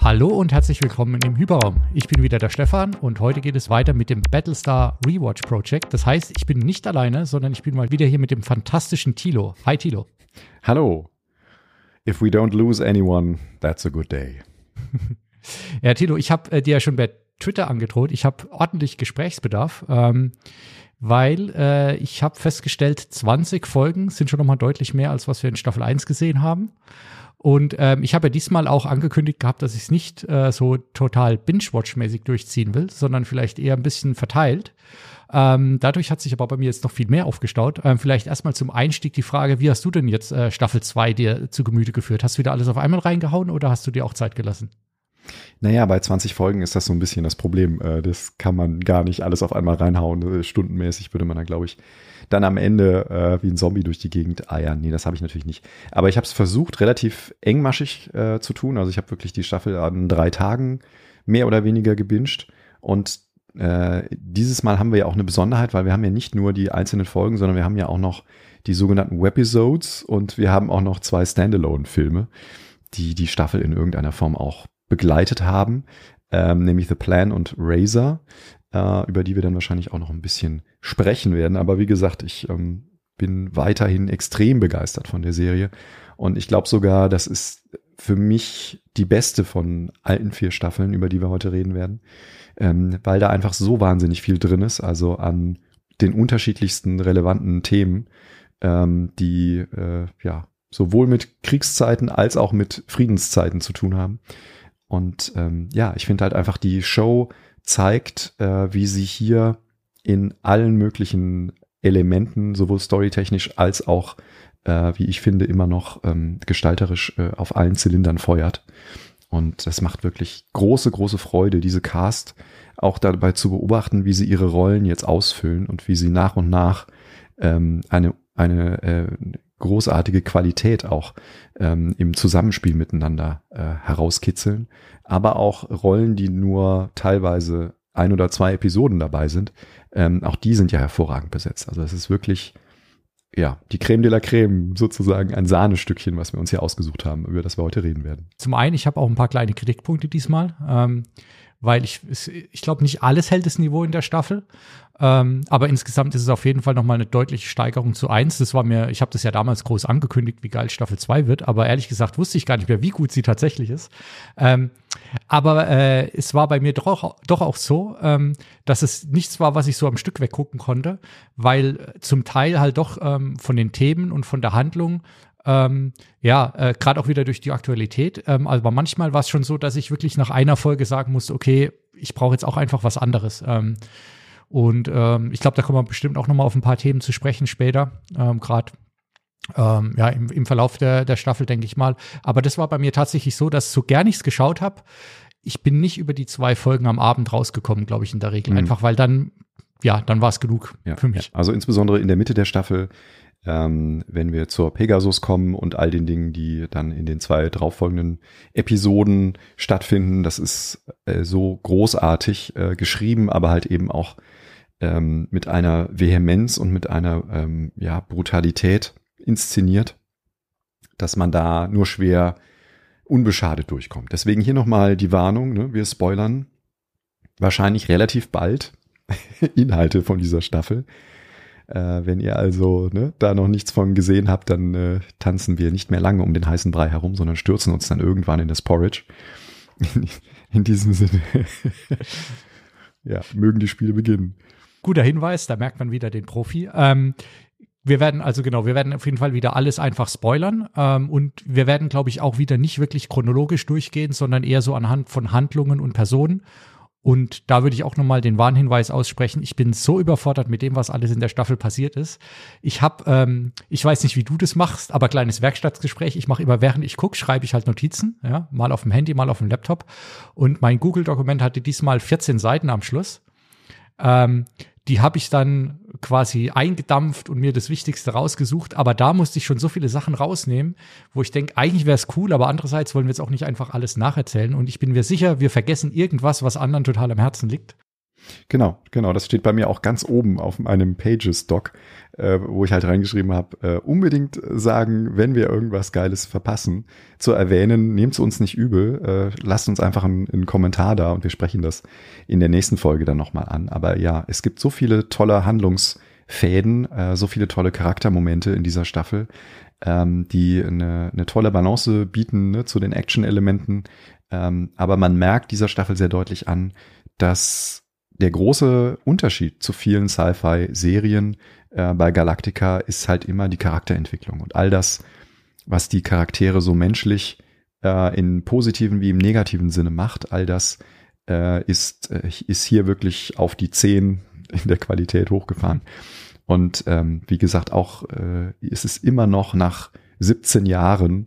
Hallo und herzlich willkommen im Hyperraum. Ich bin wieder der Stefan und heute geht es weiter mit dem Battlestar Rewatch Project. Das heißt, ich bin nicht alleine, sondern ich bin mal wieder hier mit dem fantastischen Thilo. Hi Thilo. Hallo. If we don't lose anyone, that's a good day. Ja, Thilo, ich habe dir ja schon bei Twitter angedroht, ich habe ordentlich Gesprächsbedarf, weil ich habe festgestellt, 20 Folgen sind schon nochmal deutlich mehr, als was wir in Staffel 1 gesehen haben. Und ich habe ja diesmal auch angekündigt gehabt, dass ich es nicht so total Binge-Watch-mäßig durchziehen will, sondern vielleicht eher ein bisschen verteilt. Dadurch hat sich aber bei mir jetzt noch viel mehr aufgestaut. Vielleicht erstmal zum Einstieg die Frage, wie hast du denn jetzt Staffel 2 dir zu Gemüte geführt? Hast du wieder alles auf einmal reingehauen oder hast du dir auch Zeit gelassen? Naja, bei 20 Folgen ist das so ein bisschen das Problem. Das kann man gar nicht alles auf einmal reinhauen. Stundenmäßig würde man dann, glaube ich, dann am Ende wie ein Zombie durch die Gegend eiern. Nee, das habe ich natürlich nicht. Aber ich habe es versucht, relativ engmaschig zu tun. Also ich habe wirklich die Staffel an 3 Tagen mehr oder weniger gebinged. Und dieses Mal haben wir ja auch eine Besonderheit, weil wir haben ja nicht nur die einzelnen Folgen, sondern wir haben ja auch noch die sogenannten Webisodes und wir haben auch noch 2 Standalone-Filme, die die Staffel in irgendeiner Form auch begleitet haben, nämlich The Plan und Razor, über die wir dann wahrscheinlich auch noch ein bisschen sprechen werden. Aber wie gesagt, ich bin weiterhin extrem begeistert von der Serie und ich glaube sogar, das ist für mich die beste von allen 4 Staffeln, über die wir heute reden werden, weil da einfach so wahnsinnig viel drin ist, also an den unterschiedlichsten relevanten Themen, die sowohl mit Kriegszeiten als auch mit Friedenszeiten zu tun haben. Und ich finde halt einfach, die Show zeigt, wie sie hier in allen möglichen Elementen, sowohl storytechnisch als auch, wie ich finde, immer noch gestalterisch auf allen Zylindern feuert. Und das macht wirklich große, große Freude, diese Cast auch dabei zu beobachten, wie sie ihre Rollen jetzt ausfüllen und wie sie nach und nach eine großartige Qualität auch im Zusammenspiel miteinander herauskitzeln, aber auch Rollen, die nur teilweise 1 oder 2 Episoden dabei sind, auch die sind ja hervorragend besetzt. Also es ist wirklich, ja, die Creme de la Creme, sozusagen ein Sahnestückchen, was wir uns hier ausgesucht haben, über das wir heute reden werden. Zum einen, ich habe auch ein paar kleine Kritikpunkte diesmal, weil ich glaube, nicht alles hält das Niveau in der Staffel. Aber insgesamt ist es auf jeden Fall nochmal eine deutliche Steigerung zu 1. Ich habe das ja damals groß angekündigt, wie geil Staffel 2 wird, aber ehrlich gesagt wusste ich gar nicht mehr, wie gut sie tatsächlich ist. Aber es war bei mir doch auch so, dass es nichts war, was ich so am Stück weggucken konnte, weil zum Teil halt doch von den Themen und von der Handlung gerade auch wieder durch die Aktualität. Aber manchmal war es schon so, dass ich wirklich nach einer Folge sagen musste, okay, ich brauche jetzt auch einfach was anderes. Und ich glaube, da kommen wir bestimmt auch nochmal auf ein paar Themen zu sprechen später, gerade im Verlauf der Staffel, denke ich mal. Aber das war bei mir tatsächlich so, dass so gern ich es geschaut habe, ich bin nicht über die 2 Folgen am Abend rausgekommen, glaube ich, in der Regel. Einfach, weil dann war es genug für mich. Ja. Also insbesondere in der Mitte der Staffel, wenn wir zur Pegasus kommen und all den Dingen, die dann in den 2 darauffolgenden Episoden stattfinden, das ist so großartig geschrieben, aber halt eben auch mit einer Vehemenz und mit einer Brutalität inszeniert, dass man da nur schwer unbeschadet durchkommt. Deswegen hier nochmal die Warnung, ne? Wir spoilern wahrscheinlich relativ bald Inhalte von dieser Staffel. Wenn ihr also da noch nichts von gesehen habt, dann tanzen wir nicht mehr lange um den heißen Brei herum, sondern stürzen uns dann irgendwann in das Porridge. In diesem Sinne, mögen die Spiele beginnen. Guter Hinweis, da merkt man wieder den Profi. Wir werden auf jeden Fall wieder alles einfach spoilern und wir werden, glaube ich, auch wieder nicht wirklich chronologisch durchgehen, sondern eher so anhand von Handlungen und Personen. Und da würde ich auch nochmal den Warnhinweis aussprechen. Ich bin so überfordert mit dem, was alles in der Staffel passiert ist. Ich weiß nicht, wie du das machst, aber kleines Werkstattgespräch. Ich mache immer, während ich gucke, schreibe ich halt Notizen, ja, mal auf dem Handy, mal auf dem Laptop. Und mein Google-Dokument hatte diesmal 14 Seiten am Schluss. Die habe ich dann quasi eingedampft und mir das Wichtigste rausgesucht. Aber da musste ich schon so viele Sachen rausnehmen, wo ich denke, eigentlich wäre es cool, aber andererseits wollen wir jetzt auch nicht einfach alles nacherzählen. Und ich bin mir sicher, wir vergessen irgendwas, was anderen total am Herzen liegt. Genau. Das steht bei mir auch ganz oben auf meinem Pages-Doc, wo ich halt reingeschrieben habe, unbedingt sagen, wenn wir irgendwas Geiles verpassen, zu erwähnen, nehmt es uns nicht übel, lasst uns einfach einen Kommentar da und wir sprechen das in der nächsten Folge dann nochmal an. Aber ja, es gibt so viele tolle Handlungsfäden, so viele tolle Charaktermomente in dieser Staffel, die eine tolle Balance bieten, ne, zu den Action-Elementen. Aber man merkt dieser Staffel sehr deutlich an, dass der große Unterschied zu vielen Sci-Fi-Serien bei Galactica ist halt immer die Charakterentwicklung und all das, was die Charaktere so menschlich in positiven wie im negativen Sinne macht, all das ist hier wirklich auf die 10 in der Qualität hochgefahren. Und wie gesagt, auch ist es immer noch nach 17 Jahren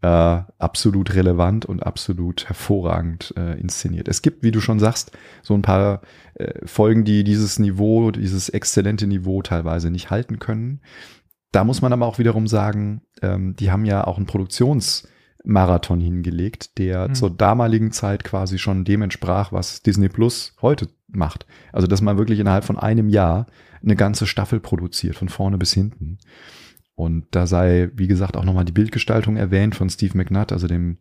absolut relevant und absolut hervorragend inszeniert. Es gibt, wie du schon sagst, so ein paar Folgen, die dieses Niveau, dieses exzellente Niveau teilweise nicht halten können. Da muss man aber auch wiederum sagen, die haben ja auch einen Produktionsmarathon hingelegt, der zur damaligen Zeit quasi schon dem entsprach, was Disney Plus heute macht. Also, dass man wirklich innerhalb von einem Jahr eine ganze Staffel produziert, von vorne bis hinten. Und da sei, wie gesagt, auch nochmal die Bildgestaltung erwähnt von Steve McNutt, also dem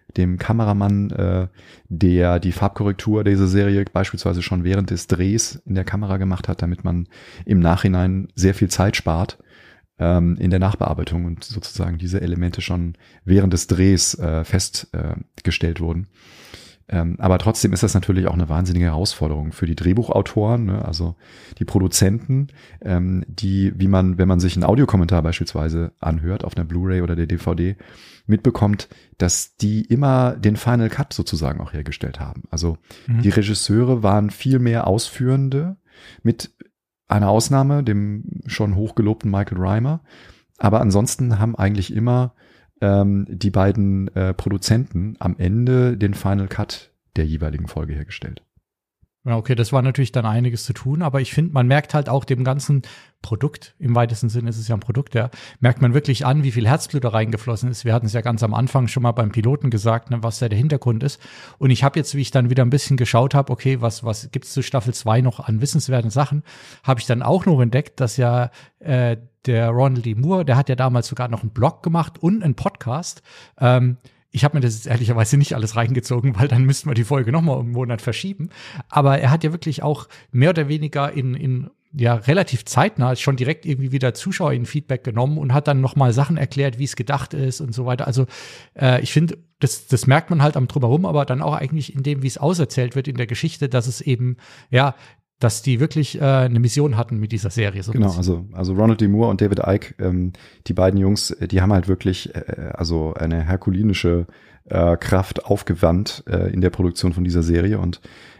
Kameramann, der die Farbkorrektur dieser Serie beispielsweise schon während des Drehs in der Kamera gemacht hat, damit man im Nachhinein sehr viel Zeit spart in der Nachbearbeitung und sozusagen diese Elemente schon während des Drehs festgestellt wurden. Aber trotzdem ist das natürlich auch eine wahnsinnige Herausforderung für die Drehbuchautoren, ne? Also die Produzenten, die, wie man, wenn man sich einen Audiokommentar beispielsweise anhört auf einer Blu-ray oder der DVD, mitbekommt, dass die immer den Final Cut sozusagen auch hergestellt haben. Also die Regisseure waren viel mehr Ausführende, mit einer Ausnahme, dem schon hochgelobten Michael Rymer. Aber ansonsten haben eigentlich immer die beiden Produzenten am Ende den Final Cut der jeweiligen Folge hergestellt. Ja, okay, das war natürlich dann einiges zu tun, aber ich finde, man merkt halt auch dem ganzen Produkt, im weitesten Sinne ist es ja ein Produkt, ja, merkt man wirklich an, wie viel Herzblut da reingeflossen ist. Wir hatten es ja ganz am Anfang schon mal beim Piloten gesagt, ne, was da der Hintergrund ist. Und ich habe jetzt, wie ich dann wieder ein bisschen geschaut habe, okay, was gibt's zu Staffel 2 noch an wissenswerten Sachen, habe ich dann auch noch entdeckt, dass ja der Ronald D. Moore, der hat ja damals sogar noch einen Blog gemacht und einen Podcast. Ich habe mir das jetzt ehrlicherweise nicht alles reingezogen, weil dann müssten wir die Folge nochmal um einen Monat verschieben. Aber er hat ja wirklich auch mehr oder weniger in relativ zeitnah schon direkt irgendwie wieder Zuschauer in Feedback genommen und hat dann nochmal Sachen erklärt, wie es gedacht ist und so weiter. Also ich finde, das merkt man halt am Drumherum, aber dann auch eigentlich in dem, wie es auserzählt wird in der Geschichte, dass es eben, ja, dass die wirklich eine Mission hatten mit dieser Serie. So genau, also Ronald D. Moore und David Icke, die beiden Jungs, die haben halt wirklich also eine herkulinische Kraft aufgewandt in der Produktion von dieser Serie und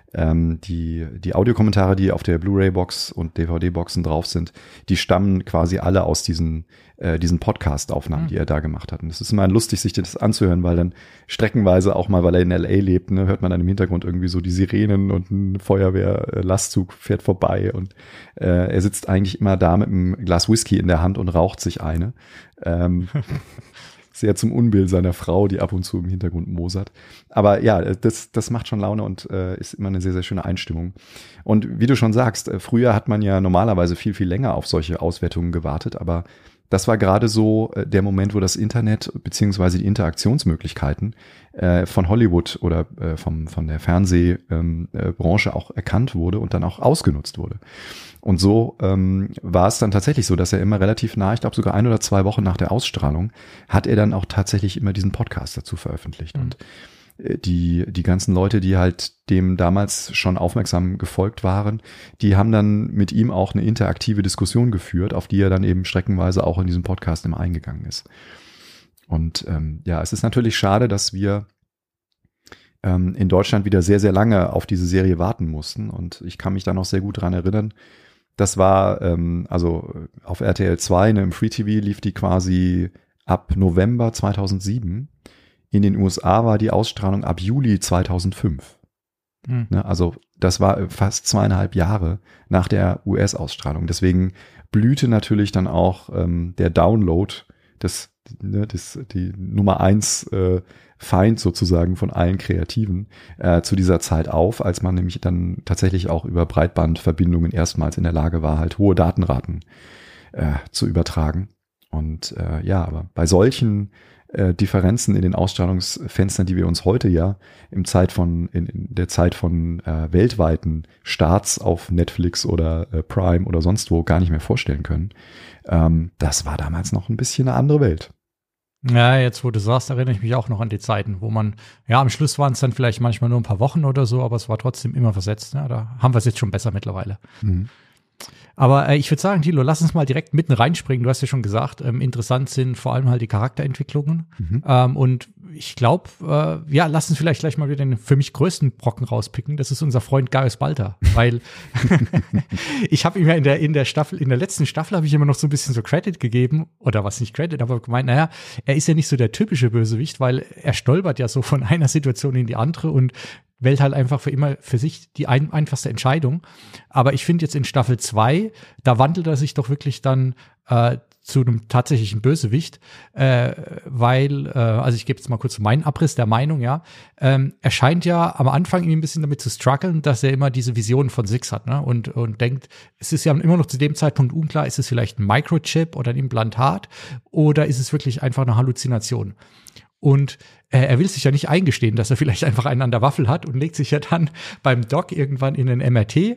die Audiokommentare, die auf der Blu-ray-Box und DVD-Boxen drauf sind, die stammen quasi alle aus diesen Podcast-Aufnahmen, die er da gemacht hat. Und es ist immer lustig, sich das anzuhören, weil dann streckenweise auch mal, weil er in L.A. lebt, ne, hört man dann im Hintergrund irgendwie so die Sirenen und ein Feuerwehrlastzug fährt vorbei und er sitzt eigentlich immer da mit einem Glas Whisky in der Hand und raucht sich eine. Sehr zum Unbill seiner Frau, die ab und zu im Hintergrund mosert. Aber ja, das macht schon Laune und ist immer eine sehr, sehr schöne Einstimmung. Und wie du schon sagst, früher hat man ja normalerweise viel, viel länger auf solche Auswertungen gewartet, aber das war gerade so der Moment, wo das Internet beziehungsweise die Interaktionsmöglichkeiten von Hollywood oder von der Fernsehbranche auch erkannt wurde und dann auch ausgenutzt wurde. Und so war es dann tatsächlich so, dass er immer relativ nah, ich glaube sogar 1 oder 2 Wochen nach der Ausstrahlung, hat er dann auch tatsächlich immer diesen Podcast dazu veröffentlicht. Und die ganzen Leute, die halt dem damals schon aufmerksam gefolgt waren, die haben dann mit ihm auch eine interaktive Diskussion geführt, auf die er dann eben streckenweise auch in diesem Podcast immer eingegangen ist. Und ja, es ist natürlich schade, dass wir in Deutschland wieder sehr, sehr lange auf diese Serie warten mussten. Und ich kann mich da noch sehr gut dran erinnern. Das war also auf RTL 2, ne, im Free TV lief die quasi ab November 2007. In den USA war die Ausstrahlung ab Juli 2005. Ne, also das war fast 2,5 Jahre nach der US-Ausstrahlung. Deswegen blühte natürlich dann auch der Download die Nummer 1 Feind sozusagen von allen Kreativen zu dieser Zeit auf, als man nämlich dann tatsächlich auch über Breitbandverbindungen erstmals in der Lage war, halt hohe Datenraten zu übertragen. Und aber bei solchen Differenzen in den Ausstrahlungsfenstern, die wir uns heute ja in der Zeit von weltweiten Starts auf Netflix oder Prime oder sonst wo gar nicht mehr vorstellen können. Das war damals noch ein bisschen eine andere Welt. Ja, jetzt wo du sagst, erinnere ich mich auch noch an die Zeiten, wo man, am Schluss waren es dann vielleicht manchmal nur ein paar Wochen oder so, aber es war trotzdem immer versetzt. Ja, da haben wir es jetzt schon besser mittlerweile. Mhm. Aber ich würde sagen, Thilo, lass uns mal direkt mitten reinspringen. Du hast ja schon gesagt, interessant sind vor allem halt die Charakterentwicklungen. Mhm. Und ich glaube, lass uns vielleicht gleich mal wieder den für mich größten Brocken rauspicken. Das ist unser Freund Gaius Baltar. Weil ich habe ihm ja in der letzten Staffel habe ich immer noch so ein bisschen so Credit gegeben. Oder was nicht Credit, aber gemeint, er ist ja nicht so der typische Bösewicht, weil er stolpert ja so von einer Situation in die andere und wählt halt einfach für sich die einfachste Entscheidung. Aber ich finde jetzt in Staffel 2, da wandelt er sich doch wirklich dann zu einem tatsächlichen Bösewicht, weil, also ich gebe jetzt mal kurz meinen Abriss der Meinung, er scheint ja am Anfang irgendwie ein bisschen damit zu strugglen, dass er immer diese Vision von Six hat, ne? Und denkt, es ist ja immer noch zu dem Zeitpunkt unklar, ist es vielleicht ein Microchip oder ein Implantat oder ist es wirklich einfach eine Halluzination? Und er will sich ja nicht eingestehen, dass er vielleicht einfach einen an der Waffel hat und legt sich ja dann beim Doc irgendwann in den MRT.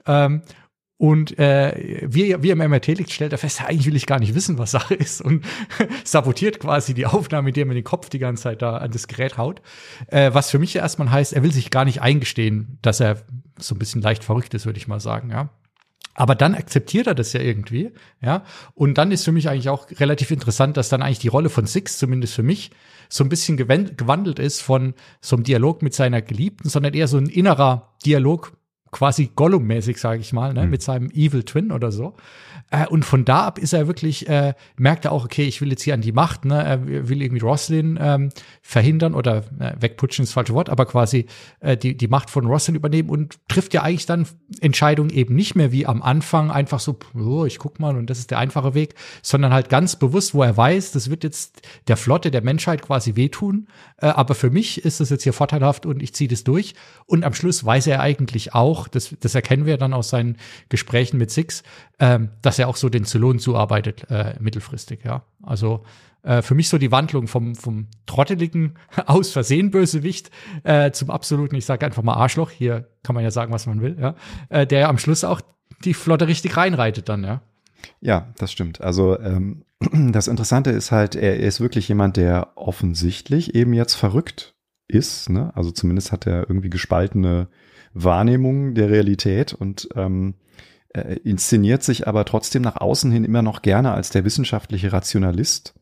Und wie er im MRT liegt, stellt er fest, eigentlich will ich gar nicht wissen, was Sache ist und sabotiert quasi die Aufnahme, indem er den Kopf die ganze Zeit da an das Gerät haut. Was für mich ja erstmal heißt, er will sich gar nicht eingestehen, dass er so ein bisschen leicht verrückt ist, würde ich mal sagen, ja. Aber dann akzeptiert er das ja irgendwie, ja. Und dann ist für mich eigentlich auch relativ interessant, dass dann eigentlich die Rolle von Six, zumindest für mich, so ein bisschen gewandelt ist von so einem Dialog mit seiner Geliebten, sondern eher so ein innerer Dialog, quasi Gollum-mäßig, sage ich mal, ne, mit seinem Evil Twin oder so. Und von da ab ist er wirklich, merkt er auch, okay, ich will jetzt hier an die Macht, ne, er will irgendwie Roslin verhindern oder wegputschen ist das falsche Wort, aber quasi die Macht von Roslin übernehmen und trifft ja eigentlich dann Entscheidungen eben nicht mehr wie am Anfang einfach so, oh, ich guck mal und das ist der einfache Weg, sondern halt ganz bewusst, wo er weiß, das wird jetzt der Flotte der Menschheit quasi wehtun, aber für mich ist das jetzt hier vorteilhaft und ich ziehe das durch und am Schluss weiß er eigentlich auch, das erkennen wir dann aus seinen Gesprächen mit Six, dass er auch so den Zylonen zuarbeitet, mittelfristig, ja. Also für mich so die Wandlung vom trotteligen aus Versehen Bösewicht zum absoluten, ich sage einfach mal Arschloch, hier kann man ja sagen, was man will, ja, der am Schluss auch die Flotte richtig reinreitet dann, ja. Ja, das stimmt. Also das Interessante ist halt, er ist wirklich jemand, der offensichtlich eben jetzt verrückt ist, ne? Also zumindest hat er irgendwie gespaltene Wahrnehmung der Realität und inszeniert sich aber trotzdem nach außen hin immer noch gerne als der wissenschaftliche Rationalist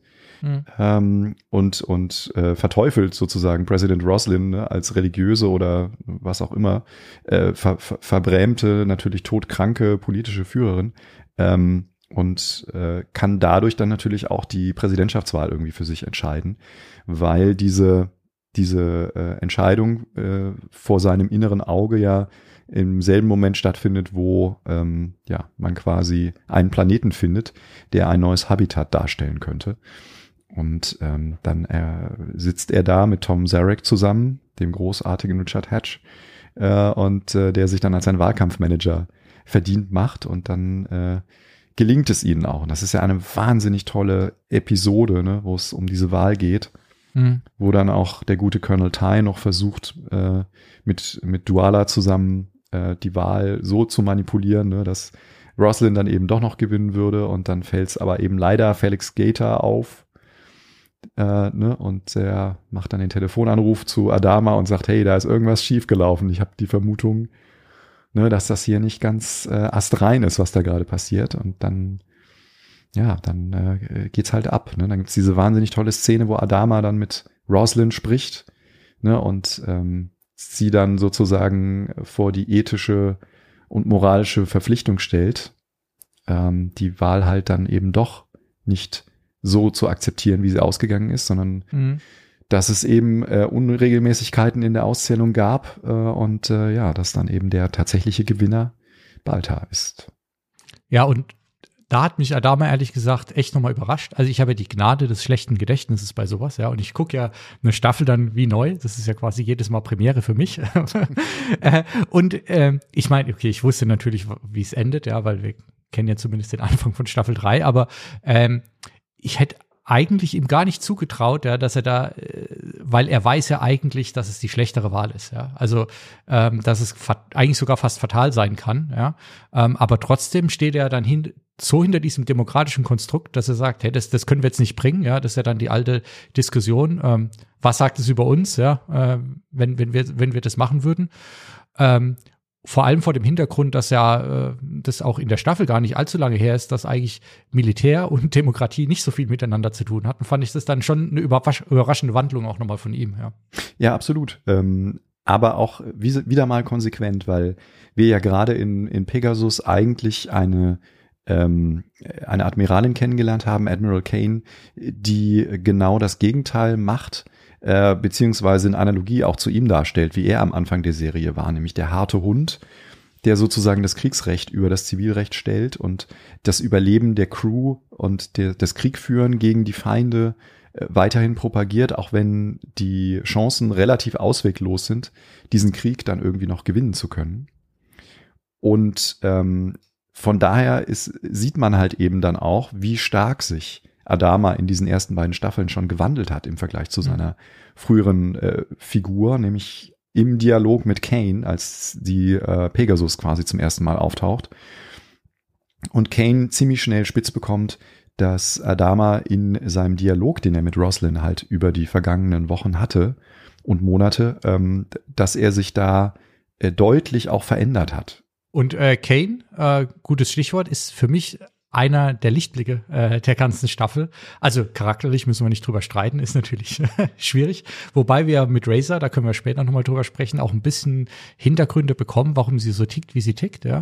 und verteufelt sozusagen Präsident Roslin, ne, als religiöse oder was auch immer verbrämte, natürlich todkranke politische Führerin und kann dadurch dann natürlich auch die Präsidentschaftswahl irgendwie für sich entscheiden, weil diese Entscheidung vor seinem inneren Auge ja im selben Moment stattfindet, wo man quasi einen Planeten findet, der ein neues Habitat darstellen könnte. Und dann sitzt er da mit Tom Zarek zusammen, dem großartigen Richard Hatch, und der sich dann als ein Wahlkampfmanager verdient macht und dann gelingt es ihnen auch. Und das ist ja eine wahnsinnig tolle Episode, ne, wo es um diese Wahl geht. Wo dann auch der gute Colonel Ty noch versucht, mit Duala zusammen die Wahl so zu manipulieren, ne, dass Roslin dann eben doch noch gewinnen würde und dann fällt es aber eben leider Felix Gator auf, ne, und er macht dann den Telefonanruf zu Adama und sagt, hey, da ist irgendwas schiefgelaufen. Ich habe die Vermutung, ne, dass das hier nicht ganz astrein ist, was da gerade passiert und dann geht's halt ab. Ne? Dann gibt's diese wahnsinnig tolle Szene, wo Adama dann mit Roslin spricht, ne, und sie dann sozusagen vor die ethische und moralische Verpflichtung stellt, die Wahl halt dann eben doch nicht so zu akzeptieren, wie sie ausgegangen ist, sondern dass es eben Unregelmäßigkeiten in der Auszählung gab und dass dann eben der tatsächliche Gewinner Baltar ist. Ja, und da hat mich Adama ehrlich gesagt echt nochmal überrascht. Also ich habe ja die Gnade des schlechten Gedächtnisses bei sowas, ja. Und ich gucke ja eine Staffel dann wie neu. Das ist ja quasi jedes Mal Premiere für mich. Ich meine, okay, ich wusste natürlich, wie es endet, ja, weil wir kennen ja zumindest den Anfang von Staffel 3, aber ich hätte eigentlich ihm gar nicht zugetraut, ja, dass er da, weil er weiß ja eigentlich, dass es die schlechtere Wahl ist, ja. Also, dass es eigentlich sogar fast fatal sein kann, ja. Aber trotzdem steht er dann hinter diesem demokratischen Konstrukt, dass er sagt, hey, das können wir jetzt nicht bringen, ja. Das ist ja dann die alte Diskussion. Was sagt es über uns, ja, wenn wir das machen würden? Vor allem vor dem Hintergrund, dass ja das auch in der Staffel gar nicht allzu lange her ist, dass eigentlich Militär und Demokratie nicht so viel miteinander zu tun hatten, fand ich das dann schon eine überraschende Wandlung auch nochmal von ihm. Ja, absolut. Aber auch wieder mal konsequent, weil wir ja gerade in Pegasus eigentlich eine Admiralin kennengelernt haben, Admiral Kane, die genau das Gegenteil macht, beziehungsweise in Analogie auch zu ihm darstellt, wie er am Anfang der Serie war, nämlich der harte Hund, der sozusagen das Kriegsrecht über das Zivilrecht stellt und das Überleben der Crew und das Kriegführen gegen die Feinde weiterhin propagiert, auch wenn die Chancen relativ ausweglos sind, diesen Krieg dann irgendwie noch gewinnen zu können. Und von daher sieht man halt eben dann auch, wie stark sich Adama in diesen ersten beiden Staffeln schon gewandelt hat im Vergleich zu seiner früheren Figur, nämlich im Dialog mit Kane, als die Pegasus quasi zum ersten Mal auftaucht. Und Kane ziemlich schnell spitz bekommt, dass Adama in seinem Dialog, den er mit Roslin halt über die vergangenen Wochen hatte und Monate, dass er sich da deutlich auch verändert hat. Und Kane, gutes Stichwort, ist für mich einer der Lichtblicke der ganzen Staffel. Also charakterlich müssen wir nicht drüber streiten, ist natürlich schwierig. Wobei wir mit Razor, da können wir später nochmal drüber sprechen, auch ein bisschen Hintergründe bekommen, warum sie so tickt, wie sie tickt. Ja.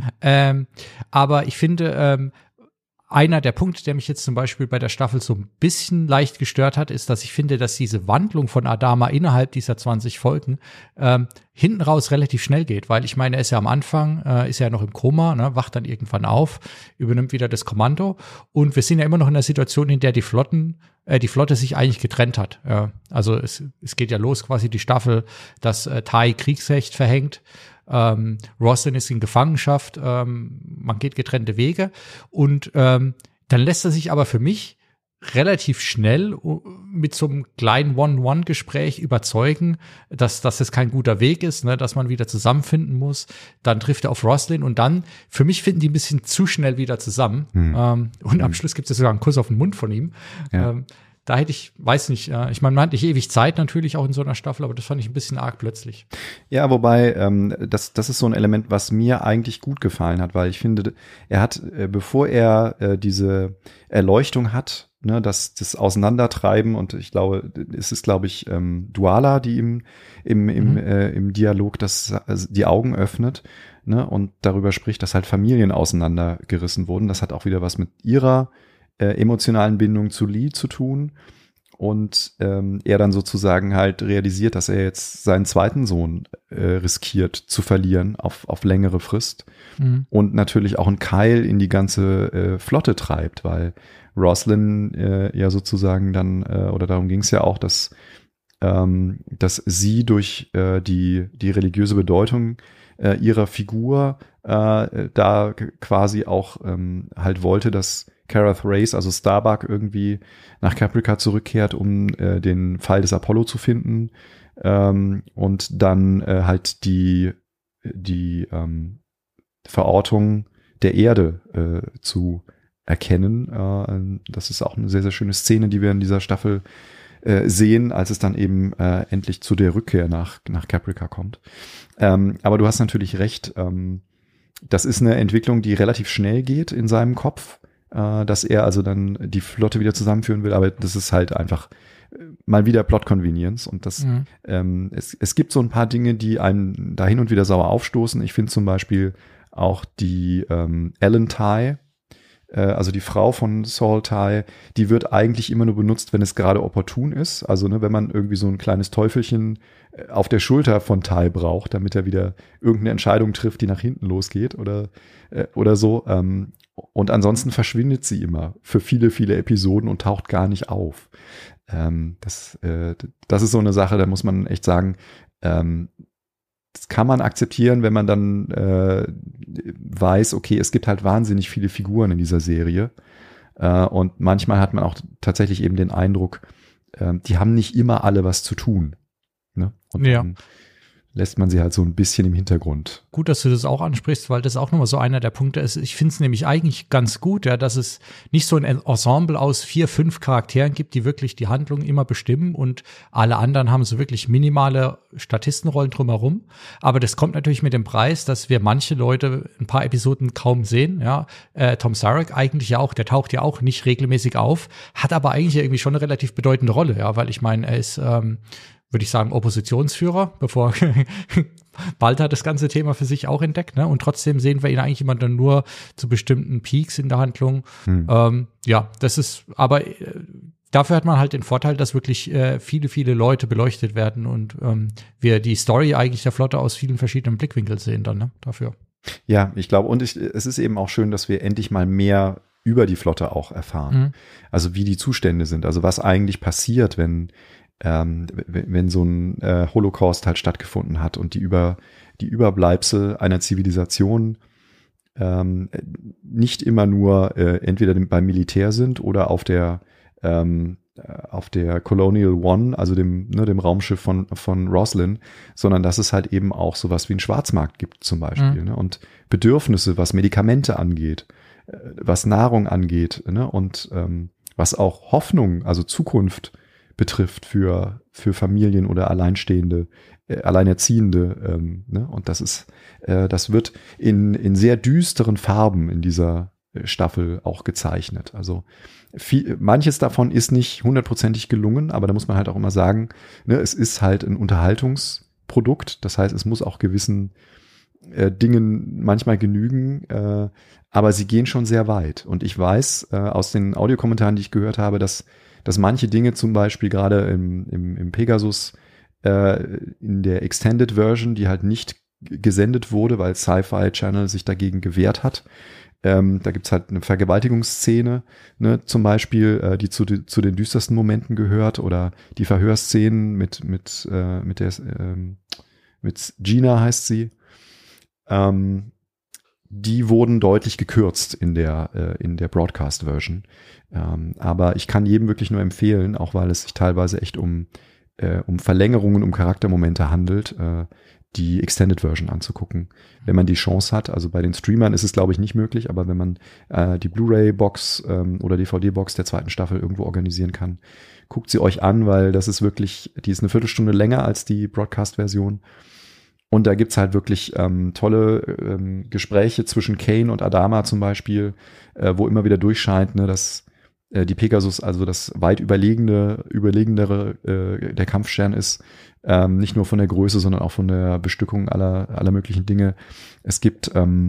Aber ich finde, einer der Punkte, der mich jetzt zum Beispiel bei der Staffel so ein bisschen leicht gestört hat, ist, dass ich finde, dass diese Wandlung von Adama innerhalb dieser 20 Folgen hinten raus relativ schnell geht, weil ich meine, er ist ja am Anfang, ist ja noch im Koma, ne, wacht dann irgendwann auf, übernimmt wieder das Kommando und wir sind ja immer noch in der Situation, in der die Flotte sich eigentlich getrennt hat. Also es geht ja los quasi die Staffel, dass Tai Kriegsrecht verhängt. Roslin ist in Gefangenschaft, man geht getrennte Wege und dann lässt er sich aber für mich relativ schnell mit so einem kleinen One-on-One-Gespräch überzeugen, dass das kein guter Weg ist, ne, dass man wieder zusammenfinden muss. Dann trifft er auf Roslin und dann, für mich finden die ein bisschen zu schnell wieder zusammen. Und am Schluss gibt es sogar einen Kuss auf den Mund von ihm. Ja. Da hätte ich, weiß nicht, ich meine, man hat nicht ewig Zeit natürlich auch in so einer Staffel, aber das fand ich ein bisschen arg plötzlich. Ja, wobei, das ist so ein Element, was mir eigentlich gut gefallen hat, weil ich finde, er hat, bevor er diese Erleuchtung hat, ne, das Auseinandertreiben und ich glaube, es ist, glaube ich, Duala, die ihm im Dialog die Augen öffnet, ne, und darüber spricht, dass halt Familien auseinandergerissen wurden. Das hat auch wieder was mit ihrer emotionalen Bindung zu Lee zu tun und er dann sozusagen halt realisiert, dass er jetzt seinen zweiten Sohn riskiert zu verlieren auf längere Frist und natürlich auch einen Keil in die ganze Flotte treibt, weil Roslin ja sozusagen dann, oder darum ging es ja auch, dass sie durch die religiöse Bedeutung ihrer Figur da quasi auch halt wollte, dass Kara Thrace, also Starbuck, irgendwie nach Caprica zurückkehrt, um den Fall des Apollo zu finden und dann halt die Verortung der Erde zu erkennen. Das ist auch eine sehr, sehr schöne Szene, die wir in dieser Staffel sehen, als es dann eben endlich zu der Rückkehr nach Caprica kommt. Aber du hast natürlich recht, das ist eine Entwicklung, die relativ schnell geht in seinem Kopf, dass er also dann die Flotte wieder zusammenführen will, aber das ist halt einfach mal wieder Plot-Convenience und das es gibt so ein paar Dinge, die einem da hin und wieder sauer aufstoßen. Ich finde zum Beispiel auch die Ellen Tigh, also die Frau von Saul Tigh, die wird eigentlich immer nur benutzt, wenn es gerade opportun ist. Also ne, wenn man irgendwie so ein kleines Teufelchen auf der Schulter von Tigh braucht, damit er wieder irgendeine Entscheidung trifft, die nach hinten losgeht oder so. Und ansonsten verschwindet sie immer für viele, viele Episoden und taucht gar nicht auf. Das ist so eine Sache, da muss man echt sagen, das kann man akzeptieren, wenn man dann weiß, okay, es gibt halt wahnsinnig viele Figuren in dieser Serie. Und manchmal hat man auch tatsächlich eben den Eindruck, die haben nicht immer alle was zu tun. Ne? Und dann lässt man sie halt so ein bisschen im Hintergrund. Gut, dass du das auch ansprichst, weil das auch nochmal so einer der Punkte ist. Ich finde es nämlich eigentlich ganz gut, ja, dass es nicht so ein Ensemble aus 4, 5 Charakteren gibt, die wirklich die Handlung immer bestimmen und alle anderen haben so wirklich minimale Statistenrollen drumherum. Aber das kommt natürlich mit dem Preis, dass wir manche Leute ein paar Episoden kaum sehen. Ja, Tom Zarek eigentlich ja auch, der taucht ja auch nicht regelmäßig auf, hat aber eigentlich irgendwie schon eine relativ bedeutende Rolle, ja, weil ich meine, er ist würde ich sagen, Oppositionsführer, bevor Balta das ganze Thema für sich auch entdeckt, ne? Und trotzdem sehen wir ihn eigentlich immer dann nur zu bestimmten Peaks in der Handlung. Das ist, aber dafür hat man halt den Vorteil, dass wirklich viele, viele Leute beleuchtet werden und wir die Story eigentlich der Flotte aus vielen verschiedenen Blickwinkeln sehen dann, ne? Dafür. Ja, ich glaube, und es ist eben auch schön, dass wir endlich mal mehr über die Flotte auch erfahren. Also wie die Zustände sind, also was eigentlich passiert, wenn so ein Holocaust halt stattgefunden hat und die Überbleibsel einer Zivilisation nicht immer nur entweder beim Militär sind oder auf der Colonial One, also dem Raumschiff von Roslin, sondern dass es halt eben auch sowas wie einen Schwarzmarkt gibt zum Beispiel, ne? Und Bedürfnisse, was Medikamente angeht, was Nahrung angeht, ne? Und was auch Hoffnung, also Zukunft betrifft für Familien oder Alleinstehende, Alleinerziehende, ne? Und das wird in sehr düsteren Farben in dieser Staffel auch gezeichnet. Also manches davon ist nicht hundertprozentig gelungen, aber da muss man halt auch immer sagen, ne, es ist halt ein Unterhaltungsprodukt. Das heißt, es muss auch gewissen Dingen manchmal genügen, aber sie gehen schon sehr weit. Und ich weiß aus den Audiokommentaren, die ich gehört habe, dass manche Dinge zum Beispiel gerade im Pegasus in der Extended Version, die halt nicht gesendet wurde, weil Sci-Fi Channel sich dagegen gewehrt hat. Da gibt's halt eine Vergewaltigungsszene, ne, zum Beispiel, die zu den düstersten Momenten gehört, oder die Verhörszenen mit Gina heißt sie. Die wurden deutlich gekürzt in der Broadcast-Version. Aber ich kann jedem wirklich nur empfehlen, auch weil es sich teilweise echt um Verlängerungen, um Charaktermomente handelt, die Extended Version anzugucken, wenn man die Chance hat. Also bei den Streamern ist es, glaube ich, nicht möglich, aber wenn man die Blu-ray-Box oder DVD-Box der 2. Staffel irgendwo organisieren kann, guckt sie euch an, weil die ist eine Viertelstunde länger als die Broadcast-Version. Und da gibt's halt wirklich tolle Gespräche zwischen Kane und Adama zum Beispiel, wo immer wieder durchscheint, ne, dass die Pegasus also das weit überlegendere der Kampfstern ist, nicht nur von der Größe, sondern auch von der Bestückung aller möglichen Dinge. Es gibt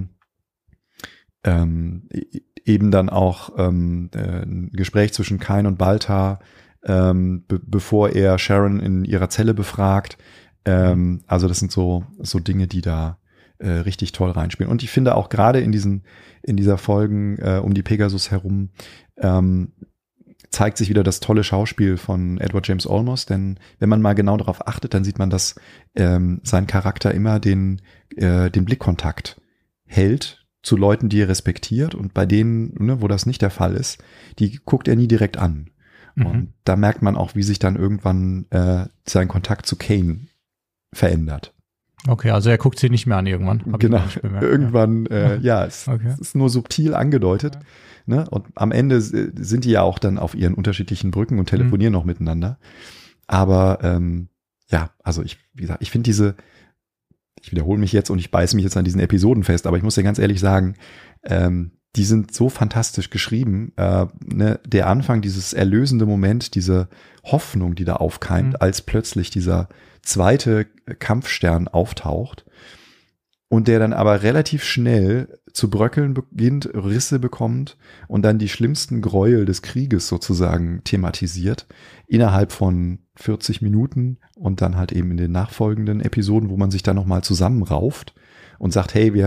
eben dann auch ein Gespräch zwischen Kane und Balta, bevor er Sharon in ihrer Zelle befragt. Also das sind so Dinge, die da richtig toll reinspielen. Und ich finde auch gerade in dieser Folgen um die Pegasus herum zeigt sich wieder das tolle Schauspiel von Edward James Olmos, denn wenn man mal genau darauf achtet, dann sieht man, dass sein Charakter immer den Blickkontakt hält zu Leuten, die er respektiert, und bei denen, ne, wo das nicht der Fall ist, die guckt er nie direkt an. Und da merkt man auch, wie sich dann irgendwann sein Kontakt zu Kane verändert. Okay, also er guckt sie nicht mehr an irgendwann. Genau, irgendwann, es ist nur subtil angedeutet. Ja. Ne? Und am Ende sind die ja auch dann auf ihren unterschiedlichen Brücken und telefonieren noch miteinander. Aber also ich finde ich wiederhole mich jetzt und ich beiße mich jetzt an diesen Episoden fest, aber ich muss dir ganz ehrlich sagen, die sind so fantastisch geschrieben. Ne? Der Anfang, dieses erlösende Moment, diese Hoffnung, die da aufkeimt, als plötzlich dieser zweite Kampfstern auftaucht und der dann aber relativ schnell zu bröckeln beginnt, Risse bekommt und dann die schlimmsten Gräuel des Krieges sozusagen thematisiert innerhalb von 40 Minuten und dann halt eben in den nachfolgenden Episoden, wo man sich dann nochmal zusammenrauft und sagt, hey, wir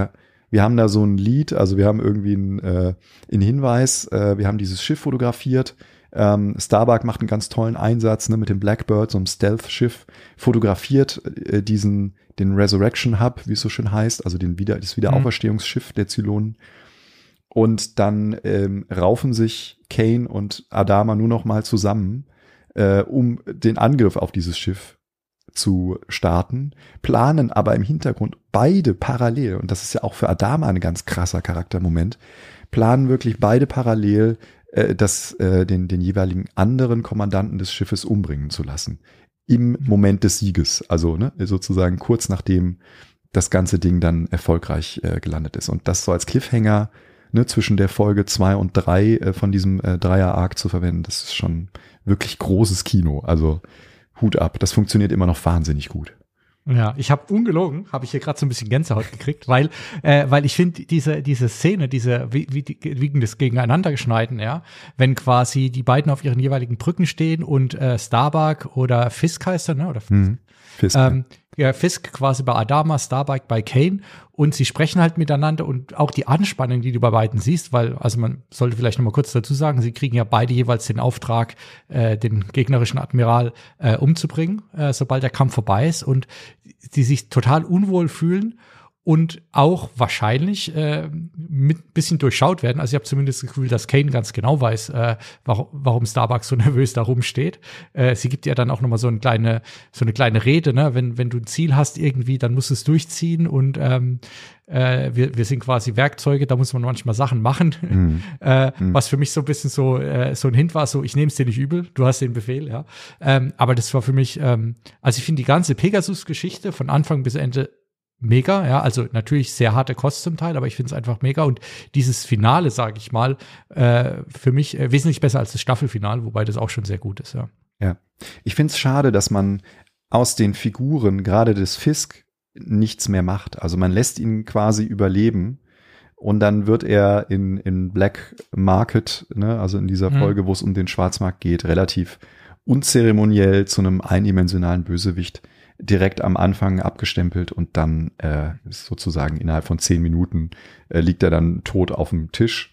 wir haben da so ein Lied, also wir haben irgendwie einen Hinweis, wir haben dieses Schiff fotografiert. Starbuck macht einen ganz tollen Einsatz, ne, mit dem Blackbird, so einem Stealth-Schiff, fotografiert den Resurrection Hub, wie es so schön heißt, also das Wiederauferstehungsschiff der Zylonen. Und dann raufen sich Kane und Adama nur noch mal zusammen, um den Angriff auf dieses Schiff zu starten, planen aber im Hintergrund beide parallel, und das ist ja auch für Adama ein ganz krasser Charaktermoment, planen wirklich beide parallel, den jeweiligen anderen Kommandanten des Schiffes umbringen zu lassen. Im Moment des Sieges, also ne, sozusagen kurz nachdem das ganze Ding dann erfolgreich gelandet ist. Und das so als Cliffhanger, ne, zwischen der Folge 2 und 3 von diesem Dreier-Arc zu verwenden, das ist schon wirklich großes Kino. Also Hut ab, das funktioniert immer noch wahnsinnig gut. Ja, ich habe ungelogen, habe ich hier gerade so ein bisschen Gänsehaut gekriegt, weil ich finde diese Szene, wegen des Gegeneinandergeschneiden, ja, wenn quasi die beiden auf ihren jeweiligen Brücken stehen und Starbuck oder Fisk heißt er, ne, oder Fisk. Fisk quasi bei Adama, Starbuck bei Kane, und sie sprechen halt miteinander, und auch die Anspannung, die du bei beiden siehst, weil, also man sollte vielleicht noch mal kurz dazu sagen, sie kriegen ja beide jeweils den Auftrag, den gegnerischen Admiral umzubringen, sobald der Kampf vorbei ist, und die sich total unwohl fühlen und auch wahrscheinlich mit bisschen durchschaut werden. Also ich habe zumindest das Gefühl, dass Kane ganz genau weiß, warum Starbuck so nervös da rumsteht. Sie gibt ja dann auch noch mal so eine kleine Rede, ne? Wenn du ein Ziel hast irgendwie, dann musst du es durchziehen, und wir sind quasi Werkzeuge, da muss man manchmal Sachen machen. Was für mich so ein bisschen so ein Hint war, so ich nehme es dir nicht übel, du hast den Befehl, ja. Aber das war für mich, also ich finde die ganze Pegasus-Geschichte von Anfang bis Ende mega, ja, also natürlich sehr harte Kost zum Teil, aber ich finde es einfach mega, und dieses Finale, sage ich mal, für mich wesentlich besser als das Staffelfinale, wobei das auch schon sehr gut ist, ja. Ja, ich finde es schade, dass man aus den Figuren, gerade des Fisk, nichts mehr macht. Also man lässt ihn quasi überleben, und dann wird er in Black Market, ne, also in dieser Folge, wo es um den Schwarzmarkt geht, relativ unzeremoniell zu einem eindimensionalen Bösewicht direkt am Anfang abgestempelt, und dann sozusagen innerhalb von 10 Minuten liegt er dann tot auf dem Tisch.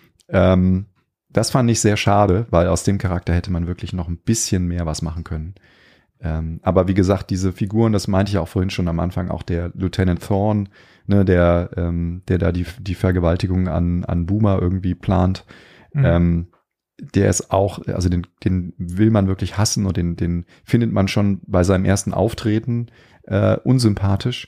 Das fand ich sehr schade, weil aus dem Charakter hätte man wirklich noch ein bisschen mehr was machen können. Aber wie gesagt, diese Figuren, das meinte ich auch vorhin schon am Anfang, auch der Lieutenant Thorne, ne, der da die Vergewaltigung an Boomer irgendwie plant, der ist auch, also den will man wirklich hassen, und den findet man schon bei seinem ersten Auftreten unsympathisch.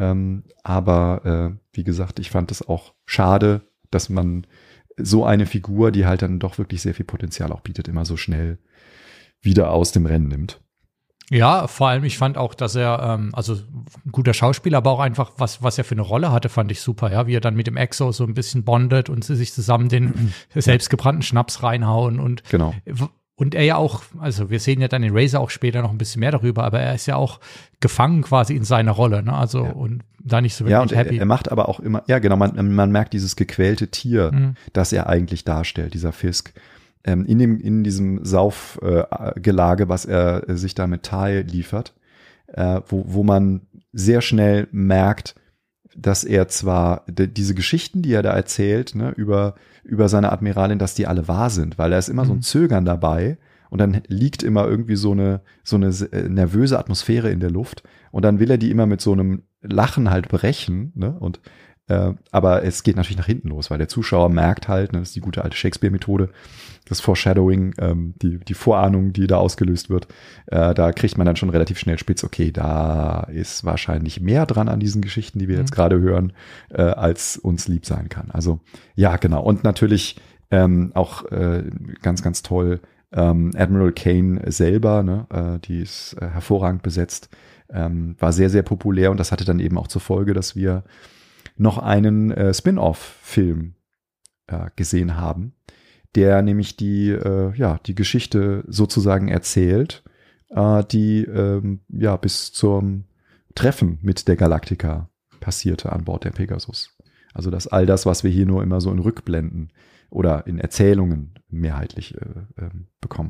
Aber wie gesagt, ich fand es auch schade, dass man so eine Figur, die halt dann doch wirklich sehr viel Potenzial auch bietet, immer so schnell wieder aus dem Rennen nimmt. Ja, vor allem, ich fand auch, dass er, also ein guter Schauspieler, aber auch einfach, was er für eine Rolle hatte, fand ich super, ja, wie er dann mit dem Exo so ein bisschen bondet und sie sich zusammen den selbstgebrannten Schnaps reinhauen, und genau. Und er ja auch, also wir sehen ja dann in Razor auch später noch ein bisschen mehr darüber, aber er ist ja auch gefangen quasi in seiner Rolle, ne, also und da nicht so wirklich und happy. Er macht aber auch immer, ja genau, man merkt dieses gequälte Tier, das er eigentlich darstellt, dieser Fisk. In diesem Saufgelage, was er sich da mit Thai liefert, wo man sehr schnell merkt, dass er zwar diese Geschichten, die er da erzählt, ne, über seine Admiralin, dass die alle wahr sind, weil er ist immer so ein Zögern dabei, und dann liegt immer irgendwie so eine nervöse Atmosphäre in der Luft, und dann will er die immer mit so einem Lachen halt brechen, ne, und aber es geht natürlich nach hinten los, weil der Zuschauer merkt halt, ne, das ist die gute alte Shakespeare-Methode, das Foreshadowing, die Vorahnung, die da ausgelöst wird, da kriegt man dann schon relativ schnell spitz, okay, da ist wahrscheinlich mehr dran an diesen Geschichten, die wir jetzt gerade hören, als uns lieb sein kann. Also ja, genau. Und natürlich auch ganz, ganz toll, Admiral Kane selber, ne, die ist hervorragend besetzt, war sehr, sehr populär, und das hatte dann eben auch zur Folge, dass wir noch einen Spin-off-Film gesehen haben, der nämlich die Geschichte sozusagen erzählt, die bis zum Treffen mit der Galactica passierte an Bord der Pegasus. Also dass all das, was wir hier nur immer so in Rückblenden oder in Erzählungen mehrheitlich bekommen haben.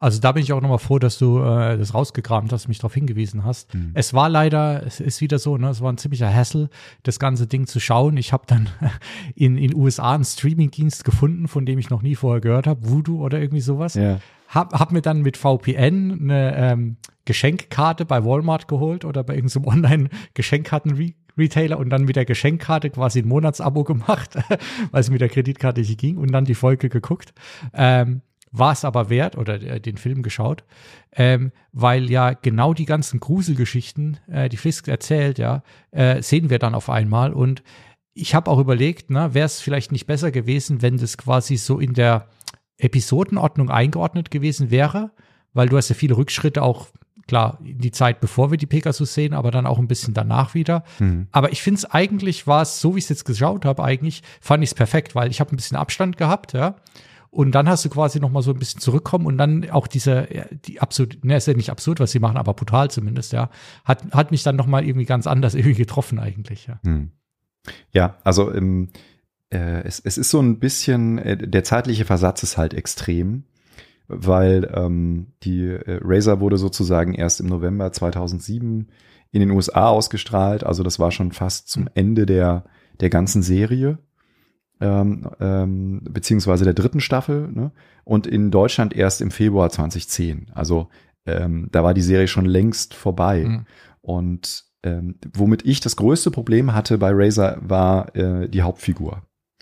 Also da bin ich auch nochmal froh, dass du das rausgekramt hast, mich darauf hingewiesen hast. Es war leider, es ist wieder so, ne, es war ein ziemlicher Hassel, das ganze Ding zu schauen. Ich habe dann in USA einen Streamingdienst gefunden, von dem ich noch nie vorher gehört habe, Vudu oder irgendwie sowas. Ja. Hab mir dann mit VPN eine Geschenkkarte bei Walmart geholt oder bei irgendeinem Online-Geschenkkarten-Retailer und dann mit der Geschenkkarte quasi ein Monatsabo gemacht, weil es mit der Kreditkarte nicht ging und dann die Folge geguckt. War es aber wert oder den Film geschaut, weil ja genau die ganzen Gruselgeschichten, die Fisk erzählt, ja, sehen wir dann auf einmal. Und ich habe auch überlegt, ne, wäre es vielleicht nicht besser gewesen, wenn das quasi so in der Episodenordnung eingeordnet gewesen wäre, weil du hast ja viele Rückschritte auch, klar, in die Zeit, bevor wir die Pegasus sehen, aber dann auch ein bisschen danach wieder. Aber ich finde es eigentlich, war es, so wie ich es jetzt geschaut habe, eigentlich fand ich es perfekt, weil ich habe ein bisschen Abstand gehabt, ja. Und dann hast du quasi noch mal so ein bisschen zurückkommen und dann auch die absurd, ne, ist ja nicht absurd, was sie machen, aber brutal zumindest, ja, hat mich dann noch mal irgendwie ganz anders irgendwie getroffen eigentlich, ja. Ja, also es ist so ein bisschen, der zeitliche Versatz ist halt extrem, weil die Razor wurde sozusagen erst im November 2007 in den USA ausgestrahlt, also das war schon fast zum Ende der ganzen Serie. Beziehungsweise der 3. Staffel, ne? Und in Deutschland erst im Februar 2010. Also da war die Serie schon längst vorbei. Und womit ich das größte Problem hatte bei Razor war die Hauptfigur.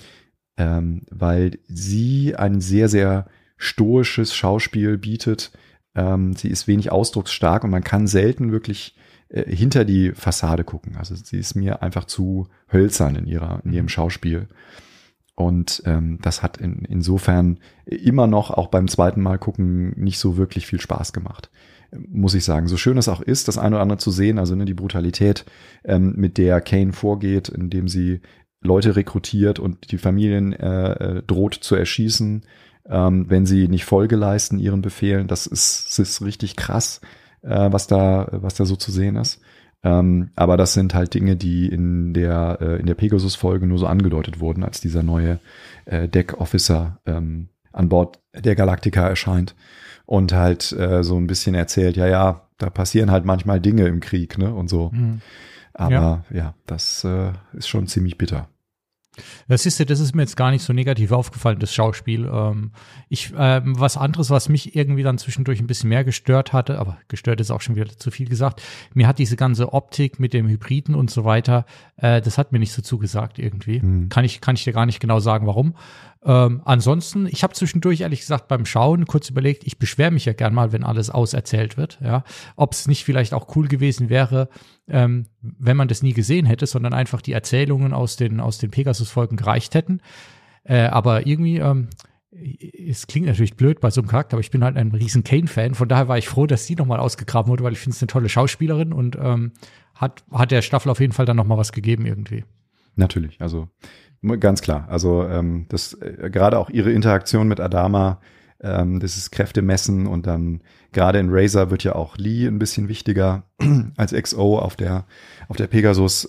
Weil sie ein sehr, sehr stoisches Schauspiel bietet. Sie ist wenig ausdrucksstark und man kann selten wirklich hinter die Fassade gucken. Also sie ist mir einfach zu hölzern in ihrem Schauspiel. Und das hat insofern immer noch, auch beim zweiten Mal gucken, nicht so wirklich viel Spaß gemacht, muss ich sagen. So schön es auch ist, das eine oder andere zu sehen, also die Brutalität, mit der Kane vorgeht, indem sie Leute rekrutiert und die Familien droht zu erschießen, wenn sie nicht Folge leisten ihren Befehlen. Das ist richtig krass, was da so zu sehen ist. Aber das sind halt Dinge, die in der Pegasus-Folge nur so angedeutet wurden, als dieser neue Deck-Officer an Bord der Galactica erscheint und halt so ein bisschen erzählt, ja, da passieren halt manchmal Dinge im Krieg, ne, und so. Aber ja das ist schon ziemlich bitter. Das ist mir jetzt gar nicht so negativ aufgefallen, das Schauspiel. Was anderes, was mich irgendwie dann zwischendurch ein bisschen mehr gestört hatte, aber gestört ist auch schon wieder zu viel gesagt, mir hat diese ganze Optik mit dem Hybriden und so weiter, das hat mir nicht so zugesagt irgendwie. Kann ich dir gar nicht genau sagen, warum. Ansonsten, ich habe zwischendurch ehrlich gesagt beim Schauen kurz überlegt, ich beschwere mich ja gern mal, wenn alles auserzählt wird, ja, ob es nicht vielleicht auch cool gewesen wäre, wenn man das nie gesehen hätte, sondern einfach die Erzählungen aus den Pegasus-Folgen gereicht hätten. Aber irgendwie, es klingt natürlich blöd bei so einem Charakter, aber ich bin halt ein riesen Kane-Fan, von daher war ich froh, dass die nochmal ausgegraben wurde, weil ich finde es eine tolle Schauspielerin und hat der Staffel auf jeden Fall dann nochmal was gegeben irgendwie. Natürlich, also ganz klar. Also das gerade auch ihre Interaktion mit Adama, das ist Kräftemessen und dann gerade in Razor wird ja auch Lee ein bisschen wichtiger als XO auf der Pegasus.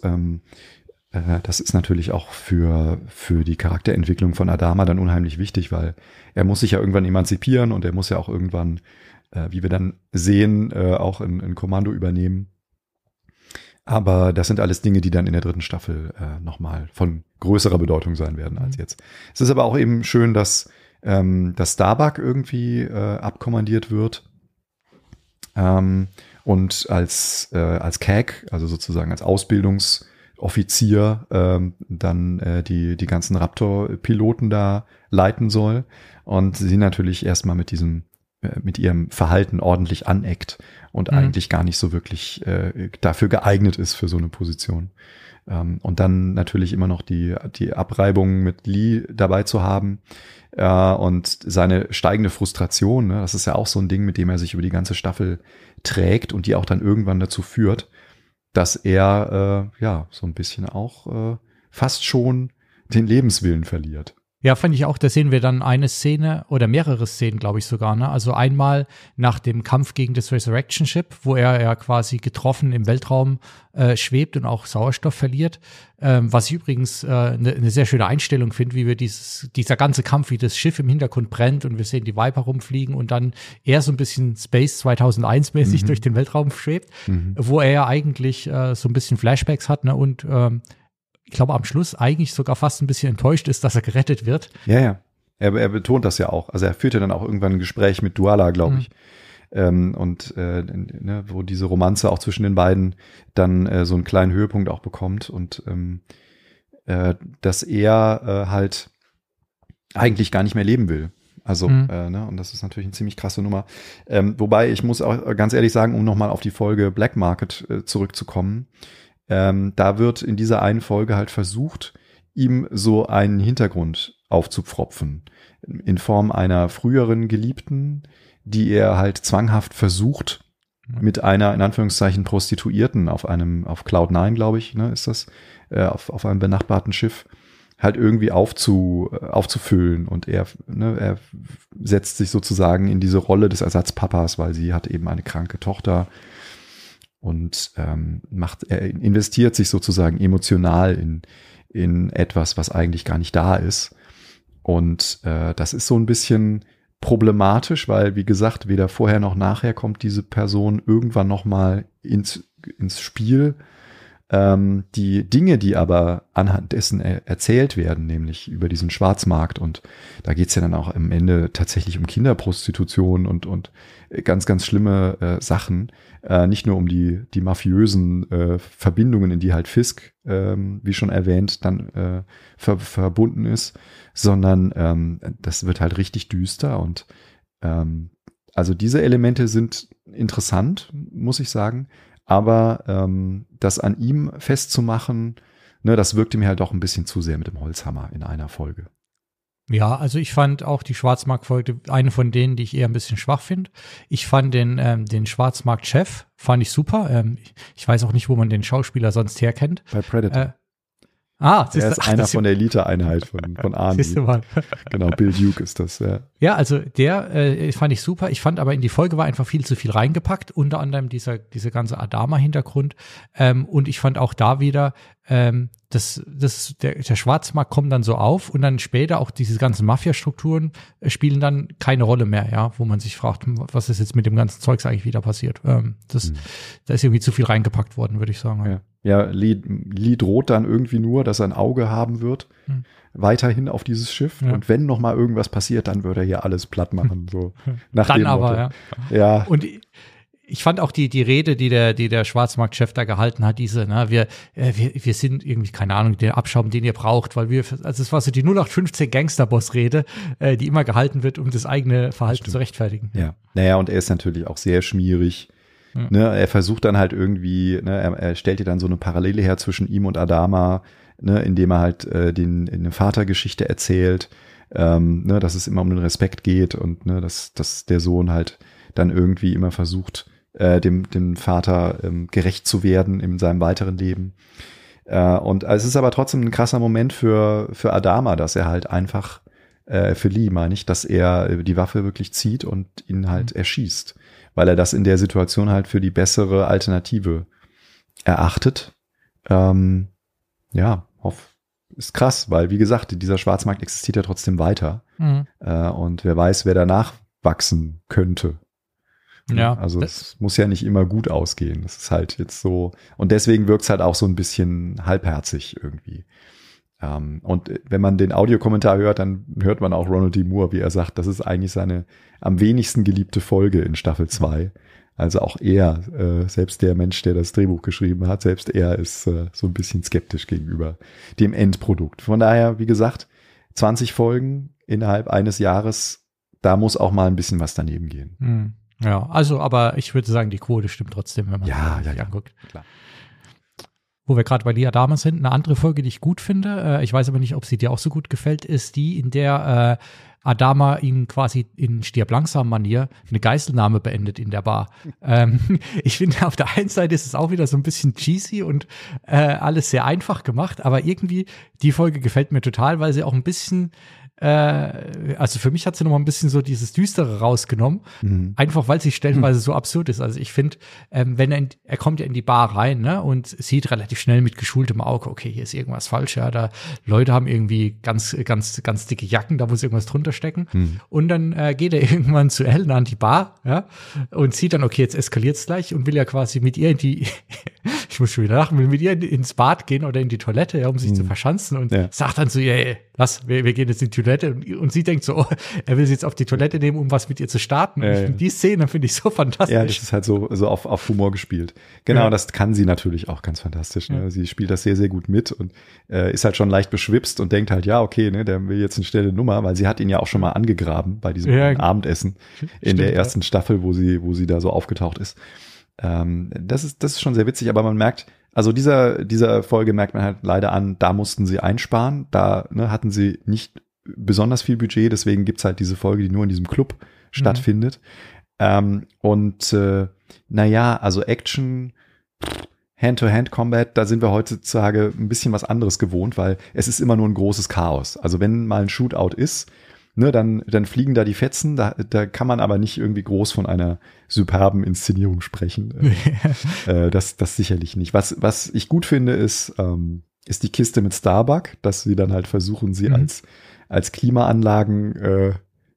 Das ist natürlich auch für die Charakterentwicklung von Adama dann unheimlich wichtig, weil er muss sich ja irgendwann emanzipieren und er muss ja auch irgendwann, wie wir dann sehen, auch ein Kommando übernehmen. Aber das sind alles Dinge, die dann in der 3. Staffel nochmal von größerer Bedeutung sein werden als jetzt. Es ist aber auch eben schön, dass Starbuck irgendwie abkommandiert wird und als CAG, also sozusagen als Ausbildungsoffizier, dann die ganzen Raptor-Piloten da leiten soll und sie natürlich erstmal mit ihrem Verhalten ordentlich aneckt und eigentlich gar nicht so wirklich dafür geeignet ist für so eine Position. Und dann natürlich immer noch die Abreibung mit Lee dabei zu haben und seine steigende Frustration, ne, das ist ja auch so ein Ding, mit dem er sich über die ganze Staffel trägt und die auch dann irgendwann dazu führt, dass er so ein bisschen auch fast schon den Lebenswillen verliert. Ja, fand ich auch, da sehen wir dann eine Szene oder mehrere Szenen, glaube ich sogar, ne? Also einmal nach dem Kampf gegen das Resurrection Ship, wo er ja quasi getroffen im Weltraum schwebt und auch Sauerstoff verliert. Was ich übrigens eine sehr schöne Einstellung finde, wie wir dieser ganze Kampf, wie das Schiff im Hintergrund brennt und wir sehen die Viper rumfliegen und dann er so ein bisschen Space 2001 mäßig durch den Weltraum schwebt, wo er ja eigentlich so ein bisschen Flashbacks hat, ne? Und ich glaube, am Schluss eigentlich sogar fast ein bisschen enttäuscht ist, dass er gerettet wird. Ja, ja. Er betont das ja auch. Also er führte dann auch irgendwann ein Gespräch mit Duala, glaube ich. Wo diese Romanze auch zwischen den beiden dann so einen kleinen Höhepunkt auch bekommt und dass er halt eigentlich gar nicht mehr leben will. Also, und das ist natürlich eine ziemlich krasse Nummer. Wobei, ich muss auch ganz ehrlich sagen, um nochmal auf die Folge Black Market zurückzukommen, da wird in dieser einen Folge halt versucht, ihm so einen Hintergrund aufzupfropfen. In Form einer früheren Geliebten, die er halt zwanghaft versucht, mit einer, in Anführungszeichen, Prostituierten auf Cloud9, glaube ich, ne, ist das, auf einem benachbarten Schiff, halt irgendwie aufzufüllen. Und er setzt sich sozusagen in diese Rolle des Ersatzpapas, weil sie hat eben eine kranke Tochter. Und er investiert sich sozusagen emotional in etwas, was eigentlich gar nicht da ist. Und das ist so ein bisschen problematisch, weil, wie gesagt, weder vorher noch nachher kommt diese Person irgendwann noch mal ins Spiel. Die Dinge, die aber anhand dessen erzählt werden, nämlich über diesen Schwarzmarkt, und da geht's ja dann auch am Ende tatsächlich um Kinderprostitution und ganz, ganz schlimme Sachen, nicht nur um die mafiösen Verbindungen, in die halt Fisk, wie schon erwähnt, dann verbunden ist, sondern das wird halt richtig düster und also diese Elemente sind interessant, muss ich sagen. Aber das an ihm festzumachen, ne, das wirkte mir halt auch ein bisschen zu sehr mit dem Holzhammer in einer Folge. Ja, also ich fand auch die Schwarzmarkt-Folge eine von denen, die ich eher ein bisschen schwach finde. Ich fand den Schwarzmarkt-Chef, fand ich super. Ich weiß auch nicht, wo man den Schauspieler sonst herkennt. Bei Predator. Er ist einer von der Elite-Einheit von Army. Siehst du mal. Genau, Bill Duke ist das, ja. Ja, also der fand ich super. Ich fand aber in die Folge war einfach viel zu viel reingepackt, unter anderem dieser ganze Adama-Hintergrund. Und ich fand auch da wieder, der Schwarzmarkt kommt dann so auf und dann später auch diese ganzen Mafia-Strukturen spielen dann keine Rolle mehr, ja, wo man sich fragt, was ist jetzt mit dem ganzen Zeugs eigentlich wieder passiert. Da ist irgendwie zu viel reingepackt worden, würde ich sagen. Ja. Ja, Lee droht dann irgendwie nur, dass er ein Auge haben wird, weiterhin auf dieses Schiff. Ja. Und wenn noch mal irgendwas passiert, dann würde er hier alles platt machen. So nach dann dem aber, Motto. Ja. Und ich fand auch die Rede, die der Schwarzmarktchef da gehalten hat, diese, ne, wir sind irgendwie, keine Ahnung, der Abschaum, den ihr braucht, weil also es war so die 0815 Gangsterboss-Rede, die immer gehalten wird, um das eigene Verhalten zu rechtfertigen. Ja, naja, und er ist natürlich auch sehr schmierig. Ja. Ne, er versucht dann halt irgendwie, ne, er stellt dir dann so eine Parallele her zwischen ihm und Adama, ne, indem er halt eine Vatergeschichte erzählt, ne, dass es immer um den Respekt geht und ne, dass der Sohn halt dann irgendwie immer versucht, dem Vater gerecht zu werden in seinem weiteren Leben. Und es ist aber trotzdem ein krasser Moment für Adama, dass er halt einfach, für Lee meine ich, dass er die Waffe wirklich zieht und ihn halt erschießt, weil er das in der Situation halt für die bessere Alternative erachtet. Ist krass, weil wie gesagt, dieser Schwarzmarkt existiert ja trotzdem weiter. Und wer weiß, wer danach wachsen könnte. Ja. Also es muss ja nicht immer gut ausgehen. Das ist halt jetzt so, und deswegen wirkt es halt auch so ein bisschen halbherzig irgendwie. Und wenn man den Audiokommentar hört, dann hört man auch Ronald D. Moore, wie er sagt, das ist eigentlich seine am wenigsten geliebte Folge in Staffel 2. Also auch er, selbst der Mensch, der das Drehbuch geschrieben hat, selbst er ist so ein bisschen skeptisch gegenüber dem Endprodukt. Von daher, wie gesagt, 20 Folgen innerhalb eines Jahres, da muss auch mal ein bisschen was daneben gehen. Ja, also, aber ich würde sagen, die Quote stimmt trotzdem, wenn man sich anguckt. Klar. Wo wir gerade bei Lee Adama sind, eine andere Folge, die ich gut finde, ich weiß aber nicht, ob sie dir auch so gut gefällt, ist die, in der Adama ihm quasi in Stirb-Langsam-Manier eine Geiselnahme beendet in der Bar. Ich finde, auf der einen Seite ist es auch wieder so ein bisschen cheesy und alles sehr einfach gemacht, aber irgendwie, die Folge gefällt mir total, weil sie auch ein bisschen also für mich hat sie noch mal ein bisschen so dieses Düstere rausgenommen, einfach weil sie stellenweise so absurd ist. Also ich finde, wenn er kommt ja in die Bar rein, ne, und sieht relativ schnell mit geschultem Auge, okay, hier ist irgendwas falsch, ja, da Leute haben irgendwie ganz dicke Jacken, da muss irgendwas drunter stecken. Und dann geht er irgendwann zu Elena an die Bar, ja, und sieht dann, okay, jetzt eskaliert's gleich und will ja quasi mit ihr ich muss schon wieder lachen, will mit ihr ins Bad gehen oder in die Toilette, ja, um sich zu verschanzen und sagt dann so, ey, wir gehen jetzt in die Toilette und sie denkt so, oh, er will sie jetzt auf die Toilette nehmen, um was mit ihr zu starten. Und die Szene finde ich so fantastisch. Ja, das ist halt so auf Humor gespielt. Genau, das kann sie natürlich auch ganz fantastisch. Ne? Sie spielt das sehr, sehr gut mit und ist halt schon leicht beschwipst und denkt halt, ja, okay, ne, der will jetzt eine schnelle Nummer, weil sie hat ihn ja auch schon mal angegraben bei diesem Abendessen in der ersten Staffel, wo sie da so aufgetaucht ist. Das ist schon sehr witzig, aber man merkt, also dieser Folge merkt man halt leider an, da mussten sie einsparen, da hatten sie nicht besonders viel Budget, deswegen gibt's halt diese Folge, die nur in diesem Club stattfindet. Also Action, Hand-to-Hand-Combat, da sind wir heutzutage ein bisschen was anderes gewohnt, weil es ist immer nur ein großes Chaos. Also wenn mal ein Shootout ist, dann fliegen da die Fetzen, da kann man aber nicht irgendwie groß von einer superben Inszenierung sprechen. Das sicherlich nicht. Was ich gut finde, ist die Kiste mit Starbuck, dass sie dann halt versuchen, sie als Klimaanlagen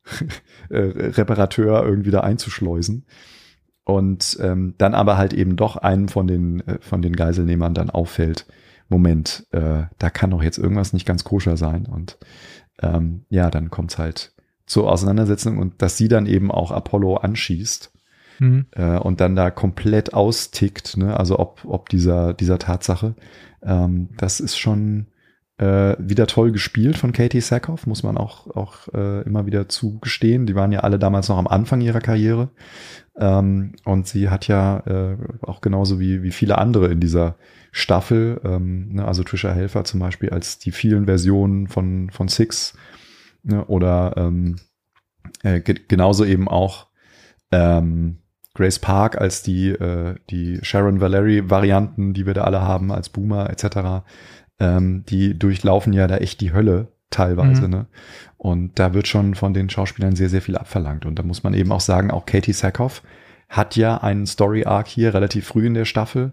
Reparateur irgendwie da einzuschleusen. Und dann aber halt eben doch einem von den Geiselnehmern dann auffällt, Moment, da kann doch jetzt irgendwas nicht ganz koscher sein. Und dann kommt's halt zur Auseinandersetzung und dass sie dann eben auch Apollo anschießt und dann da komplett austickt, ne? Also ob dieser Tatsache, das ist schon wieder toll gespielt von Katie Sackhoff, muss man auch immer wieder zugestehen. Die waren ja alle damals noch am Anfang ihrer Karriere und sie hat ja auch genauso wie viele andere in dieser Staffel, also Tricia Helfer zum Beispiel als die vielen Versionen von Six, ne, oder genauso eben auch Grace Park als die Sharon Valerie Varianten, die wir da alle haben als Boomer etc. Die durchlaufen ja da echt die Hölle teilweise, ne? Und da wird schon von den Schauspielern sehr, sehr viel abverlangt. Und da muss man eben auch sagen, auch Katie Sackhoff hat ja einen Story-Arc hier relativ früh in der Staffel.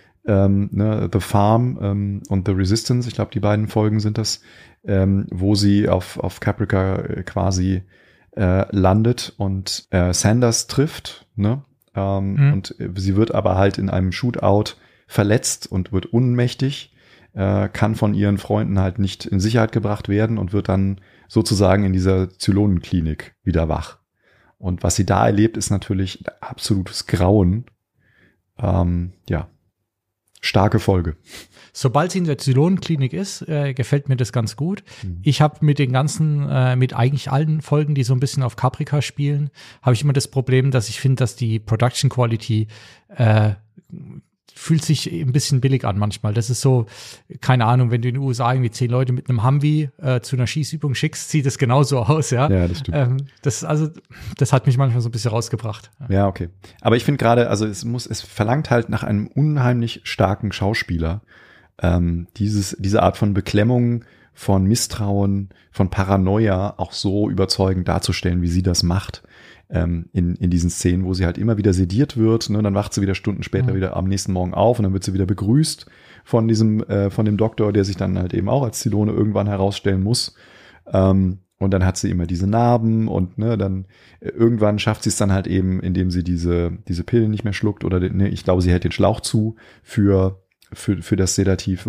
The Farm und The Resistance, ich glaube, die beiden Folgen sind das, wo sie auf Caprica quasi landet und Sanders trifft, ne? Und sie wird aber halt in einem Shootout verletzt und wird ohnmächtig, kann von ihren Freunden halt nicht in Sicherheit gebracht werden und wird dann sozusagen in dieser Zylonenklinik wieder wach. Und was sie da erlebt, ist natürlich absolutes Grauen. Starke Folge. Sobald sie in der Zylonenklinik ist, gefällt mir das ganz gut. Ich habe mit den ganzen, mit eigentlich allen Folgen, die so ein bisschen auf Caprica spielen, habe ich immer das Problem, dass ich finde, dass die Production Quality fühlt sich ein bisschen billig an manchmal. Das ist so, keine Ahnung, wenn du in den USA irgendwie 10 Leute mit einem Humvee zu einer Schießübung schickst, sieht es genauso aus, ja. Ja, das stimmt. Das hat mich manchmal so ein bisschen rausgebracht. Ja, okay. Aber ich finde gerade, also es verlangt halt nach einem unheimlich starken Schauspieler, diese Art von Beklemmung, von Misstrauen, von Paranoia auch so überzeugend darzustellen, wie sie das macht. In diesen Szenen, wo sie halt immer wieder sediert wird, ne, dann wacht sie wieder Stunden später wieder am nächsten Morgen auf und dann wird sie wieder begrüßt von dem Doktor, der sich dann halt eben auch als Zylone irgendwann herausstellen muss. Und dann hat sie immer diese Narben und ne, dann irgendwann schafft sie es dann halt eben, indem sie diese Pillen nicht mehr schluckt oder ich glaube, sie hält den Schlauch zu für das Sedativ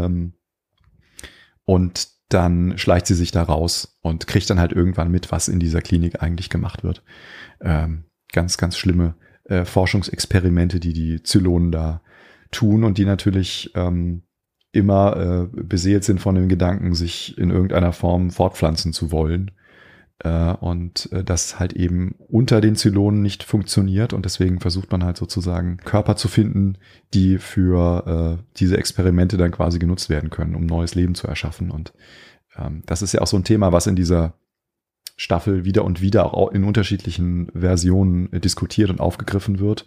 und dann schleicht sie sich da raus und kriegt dann halt irgendwann mit, was in dieser Klinik eigentlich gemacht wird. Ganz, ganz schlimme Forschungsexperimente, die Zylonen da tun und die natürlich immer beseelt sind von dem Gedanken, sich in irgendeiner Form fortpflanzen zu wollen. Und das halt eben unter den Zylonen nicht funktioniert und deswegen versucht man halt sozusagen Körper zu finden, die für diese Experimente dann quasi genutzt werden können, um neues Leben zu erschaffen. Und das ist ja auch so ein Thema, was in dieser Staffel wieder und wieder auch in unterschiedlichen Versionen diskutiert und aufgegriffen wird.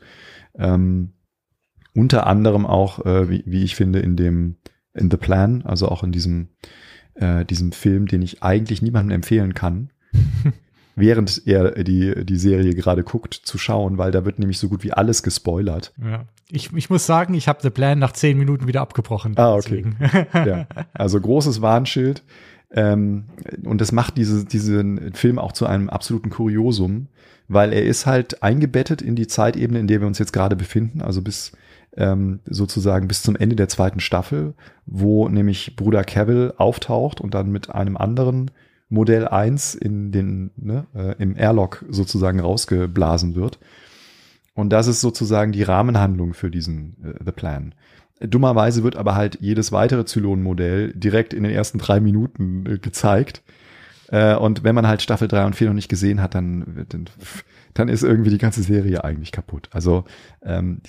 Unter anderem auch, wie ich finde, in The Plan, also auch in diesem diesem Film, den ich eigentlich niemandem empfehlen kann, während er die Serie gerade guckt, zu schauen, weil da wird nämlich so gut wie alles gespoilert. Ja. Ich muss sagen, ich habe The Plan nach 10 Minuten wieder abgebrochen. Okay. Ja. Also großes Warnschild. Und das macht diesen Film auch zu einem absoluten Kuriosum, weil er ist halt eingebettet in die Zeitebene, in der wir uns jetzt gerade befinden, also sozusagen bis zum Ende der 2. Staffel, wo nämlich Bruder Cavill auftaucht und dann mit einem anderen Modell 1 im Airlock sozusagen rausgeblasen wird. Und das ist sozusagen die Rahmenhandlung für diesen The Plan. Dummerweise wird aber halt jedes weitere Zylon-Modell direkt in den ersten 3 Minuten gezeigt. Und wenn man halt Staffel 3 und 4 noch nicht gesehen hat, dann ist irgendwie die ganze Serie eigentlich kaputt. Also und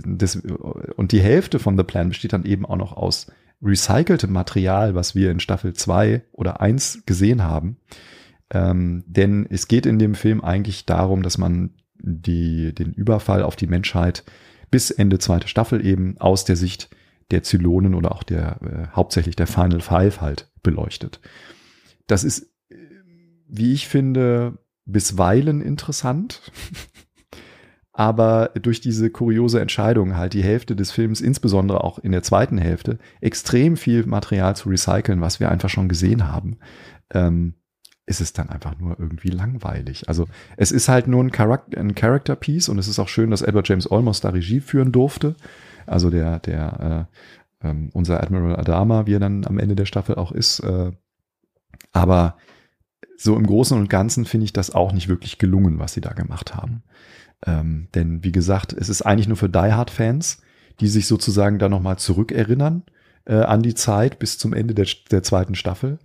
die Hälfte von The Plan besteht dann eben auch noch aus recyceltem Material, was wir in Staffel 2 oder 1 gesehen haben. Denn es geht in dem Film eigentlich darum, dass man den Überfall auf die Menschheit bis Ende 2. Staffel eben aus der Sicht der Zylonen oder auch hauptsächlich der Final Five halt beleuchtet. Das ist, wie ich finde, bisweilen interessant, aber durch diese kuriose Entscheidung halt die Hälfte des Films, insbesondere auch in der zweiten Hälfte, extrem viel Material zu recyceln, was wir einfach schon gesehen haben, ist es dann einfach nur irgendwie langweilig. Also es ist halt nur ein Character Piece und es ist auch schön, dass Edward James Olmos da Regie führen durfte. Also unser Admiral Adama, wie er dann am Ende der Staffel auch ist. Aber so im Großen und Ganzen finde ich das auch nicht wirklich gelungen, was sie da gemacht haben. Denn wie gesagt, es ist eigentlich nur für Die Hard Fans, die sich sozusagen da nochmal zurückerinnern an die Zeit bis zum Ende der 2. Staffel.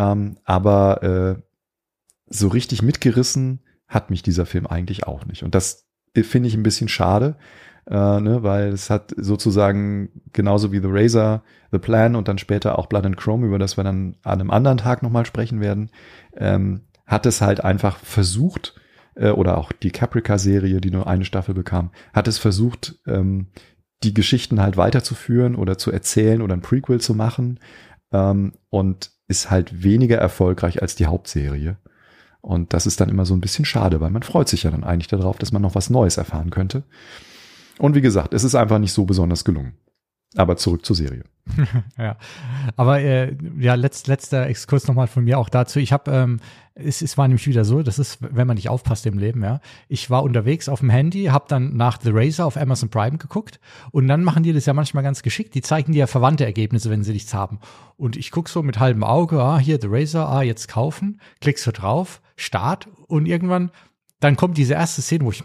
Aber so richtig mitgerissen hat mich dieser Film eigentlich auch nicht. Und das finde ich ein bisschen schade, weil es hat sozusagen genauso wie The Razor, The Plan und dann später auch Blood and Chrome, über das wir dann an einem anderen Tag nochmal sprechen werden, hat es halt einfach versucht, oder auch die Caprica-Serie, die nur eine Staffel bekam, hat es versucht, die Geschichten halt weiterzuführen oder zu erzählen oder ein Prequel zu machen, und ist halt weniger erfolgreich als die Hauptserie. Und das ist dann immer so ein bisschen schade, weil man freut sich ja dann eigentlich darauf, dass man noch was Neues erfahren könnte. Und wie gesagt, es ist einfach nicht so besonders gelungen. Aber zurück zur Serie. Ja, aber letzter Exkurs nochmal von mir auch dazu. Ich habe, es war nämlich wieder so, das ist, wenn man nicht aufpasst im Leben, ja. Ich war unterwegs auf dem Handy, habe dann nach The Razor auf Amazon Prime geguckt und dann machen die das ja manchmal ganz geschickt. Die zeigen dir ja verwandte Ergebnisse, wenn sie nichts haben. Und ich gucke so mit halbem Auge, hier The Razor, jetzt kaufen, klickst du drauf, Start und irgendwann dann kommt diese erste Szene, wo ich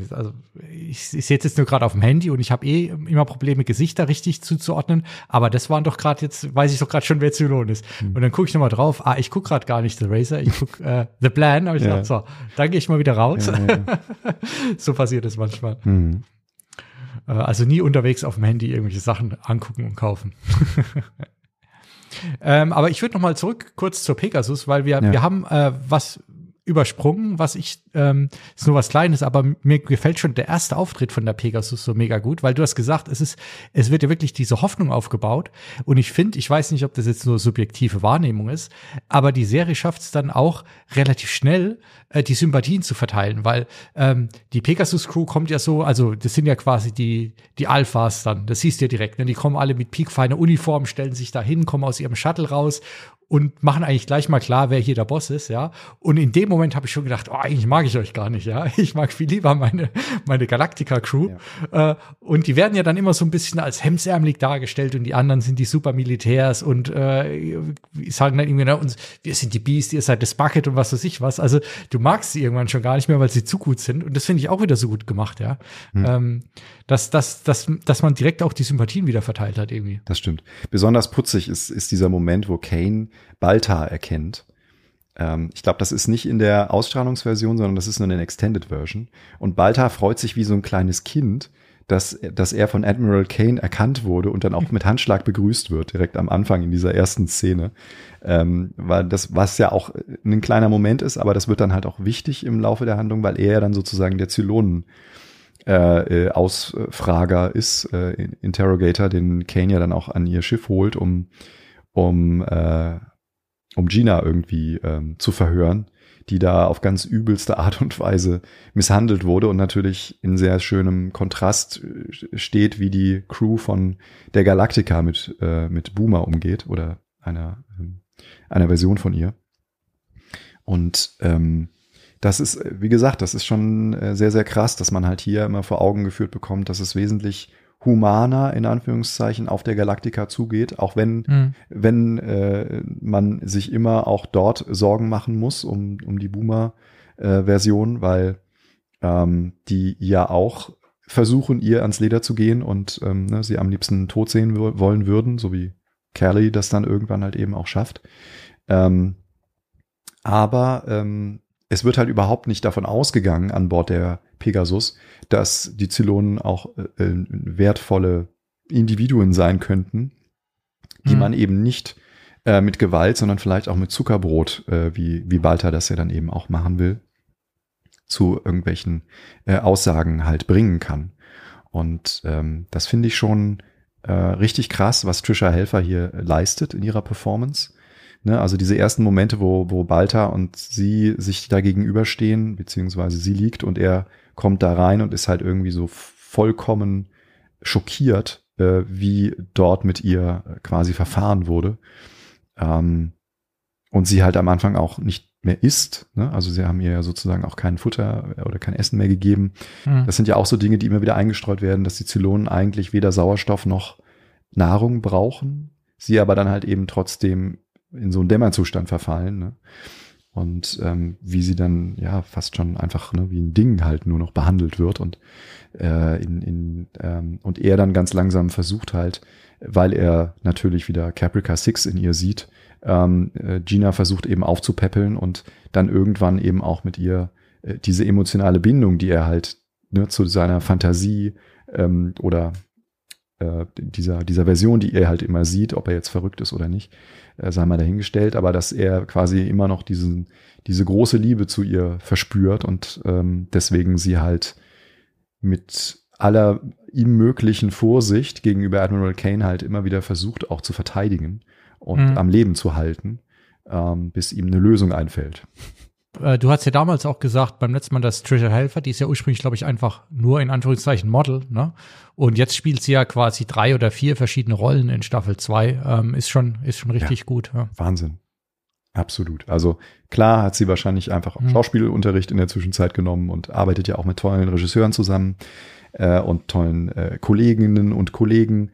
sehe jetzt nur gerade auf dem Handy und ich habe immer Probleme, Gesichter richtig zuzuordnen, aber das waren doch gerade jetzt, weiß ich doch gerade schon, wer Zylon ist. Und dann gucke ich nochmal drauf, ich gucke gerade gar nicht The Razor, ich gucke The Plan, aber ich dachte, so, dann gehe ich mal wieder raus. Ja. So passiert es manchmal. Mhm. Also nie unterwegs auf dem Handy irgendwelche Sachen angucken und kaufen. Aber ich würde nochmal zurück kurz zur Pegasus, weil wir haben was übersprungen, was ist nur was Kleines, aber mir gefällt schon der erste Auftritt von der Pegasus so mega gut, weil du hast gesagt, es wird ja wirklich diese Hoffnung aufgebaut und ich finde, ich weiß nicht, ob das jetzt nur subjektive Wahrnehmung ist, aber die Serie schafft es dann auch relativ schnell, die Sympathien zu verteilen, weil die Pegasus-Crew kommt ja so, also das sind ja quasi die Alphas dann, das siehst du ja direkt, ne? Die kommen alle mit piekfeiner Uniform, stellen sich da hin, kommen aus ihrem Shuttle raus und machen eigentlich gleich mal klar, wer hier der Boss ist, ja. Und in dem Moment habe ich schon gedacht, eigentlich mag ich euch gar nicht, ja. Ich mag viel lieber meine Galactica-Crew. Ja. Und die werden ja dann immer so ein bisschen als hemdsärmelig dargestellt und die anderen sind die Super-Militärs und sagen dann irgendwie, wir sind die Beast, ihr seid das Bucket und was weiß ich was. Also du magst sie irgendwann schon gar nicht mehr, weil sie zu gut sind. Und das finde ich auch wieder so gut gemacht, ja. Dass man direkt auch die Sympathien wieder verteilt hat irgendwie. Das stimmt. Besonders putzig ist dieser Moment, wo Kane Baltar erkennt. Ich glaube, das ist nicht in der Ausstrahlungsversion, sondern das ist nur in der Extended Version. Und Baltar freut sich wie so ein kleines Kind, dass er von Admiral Kane erkannt wurde und dann auch mit Handschlag begrüßt wird, direkt am Anfang in dieser ersten Szene. Weil das, was ja auch ein kleiner Moment ist, aber das wird dann halt auch wichtig im Laufe der Handlung, weil er ja dann sozusagen der Zylonen Ausfrager ist, Interrogator, den Kane ja dann auch an ihr Schiff holt, um Gina irgendwie zu verhören, die da auf ganz übelste Art und Weise misshandelt wurde und natürlich in sehr schönem Kontrast steht, wie die Crew von der Galactica mit Boomer umgeht oder einer Version von ihr. Und das ist, wie gesagt, das ist schon sehr, sehr krass, dass man halt hier immer vor Augen geführt bekommt, dass es wesentlich humaner, in Anführungszeichen, auf der Galactica zugeht, auch wenn man sich immer auch dort Sorgen machen muss um die Boomer-Version, weil die ja auch versuchen, ihr ans Leder zu gehen und sie am liebsten tot sehen wollen würden, so wie Kelly das dann irgendwann halt eben auch schafft. Aber es wird halt überhaupt nicht davon ausgegangen an Bord der Pegasus, dass die Zylonen auch wertvolle Individuen sein könnten, die man eben nicht mit Gewalt, sondern vielleicht auch mit Zuckerbrot, wie Balta das ja dann eben auch machen will, zu irgendwelchen Aussagen halt bringen kann. Und das finde ich schon richtig krass, was Tricia Helfer hier leistet in ihrer Performance. Ne, also diese ersten Momente, wo Balta und sie sich da gegenüberstehen, beziehungsweise sie liegt und er kommt da rein und ist halt irgendwie so vollkommen schockiert, wie dort mit ihr quasi verfahren wurde. Und sie halt am Anfang auch nicht mehr isst. Ne? Also sie haben ihr ja sozusagen auch kein Futter oder kein Essen mehr gegeben. Das sind ja auch so Dinge, die immer wieder eingestreut werden, dass die Zylonen eigentlich weder Sauerstoff noch Nahrung brauchen. Sie aber dann halt eben trotzdem in so einen Dämmerzustand verfallen, ne? Und wie sie dann ja fast schon einfach wie ein Ding halt nur noch behandelt wird und und er dann ganz langsam versucht halt, weil er natürlich wieder Caprica 6 in ihr sieht, Gina versucht eben aufzupäppeln und dann irgendwann eben auch mit ihr diese emotionale Bindung, die er halt zu seiner Fantasie oder dieser Version, die er halt immer sieht, ob er jetzt verrückt ist oder nicht, sei mal dahingestellt, aber dass er quasi immer noch diese große Liebe zu ihr verspürt und deswegen sie halt mit aller ihm möglichen Vorsicht gegenüber Admiral Kane halt immer wieder versucht auch zu verteidigen und am Leben zu halten, bis ihm eine Lösung einfällt. Du hast ja damals auch gesagt, beim letzten Mal, dass Tricia Helfer, die ist ja ursprünglich, glaube ich, einfach nur in Anführungszeichen Model, ne? Und jetzt spielt sie ja quasi 3 oder 4 verschiedene Rollen in Staffel 2. Ist schon richtig gut. Ja. Wahnsinn. Absolut. Also klar hat sie wahrscheinlich einfach auch Schauspielunterricht in der Zwischenzeit genommen und arbeitet ja auch mit tollen Regisseuren zusammen und tollen Kolleginnen und Kollegen.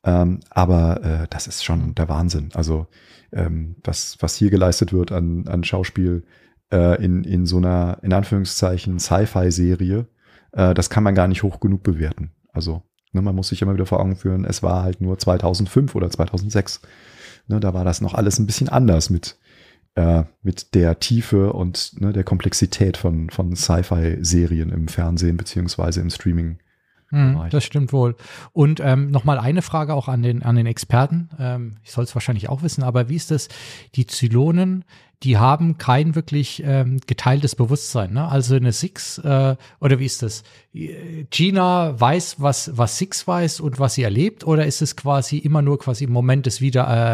Aber das ist schon der Wahnsinn. Also was hier geleistet wird an Schauspiel in so einer, in Anführungszeichen, Sci-Fi-Serie, das kann man gar nicht hoch genug bewerten. Also man muss sich immer wieder vor Augen führen, es war halt nur 2005 oder 2006. Da war das noch alles ein bisschen anders mit der Tiefe und der Komplexität von Sci-Fi-Serien im Fernsehen beziehungsweise im Streaming. Das stimmt wohl. Und nochmal eine Frage auch an den Experten. Ich soll es wahrscheinlich auch wissen, aber wie ist das? Die Zylonen, die haben kein wirklich geteiltes Bewusstsein, ne? Also eine Six, oder wie ist das? Gina weiß, was Six weiß und was sie erlebt, oder ist es quasi immer nur quasi im Moment des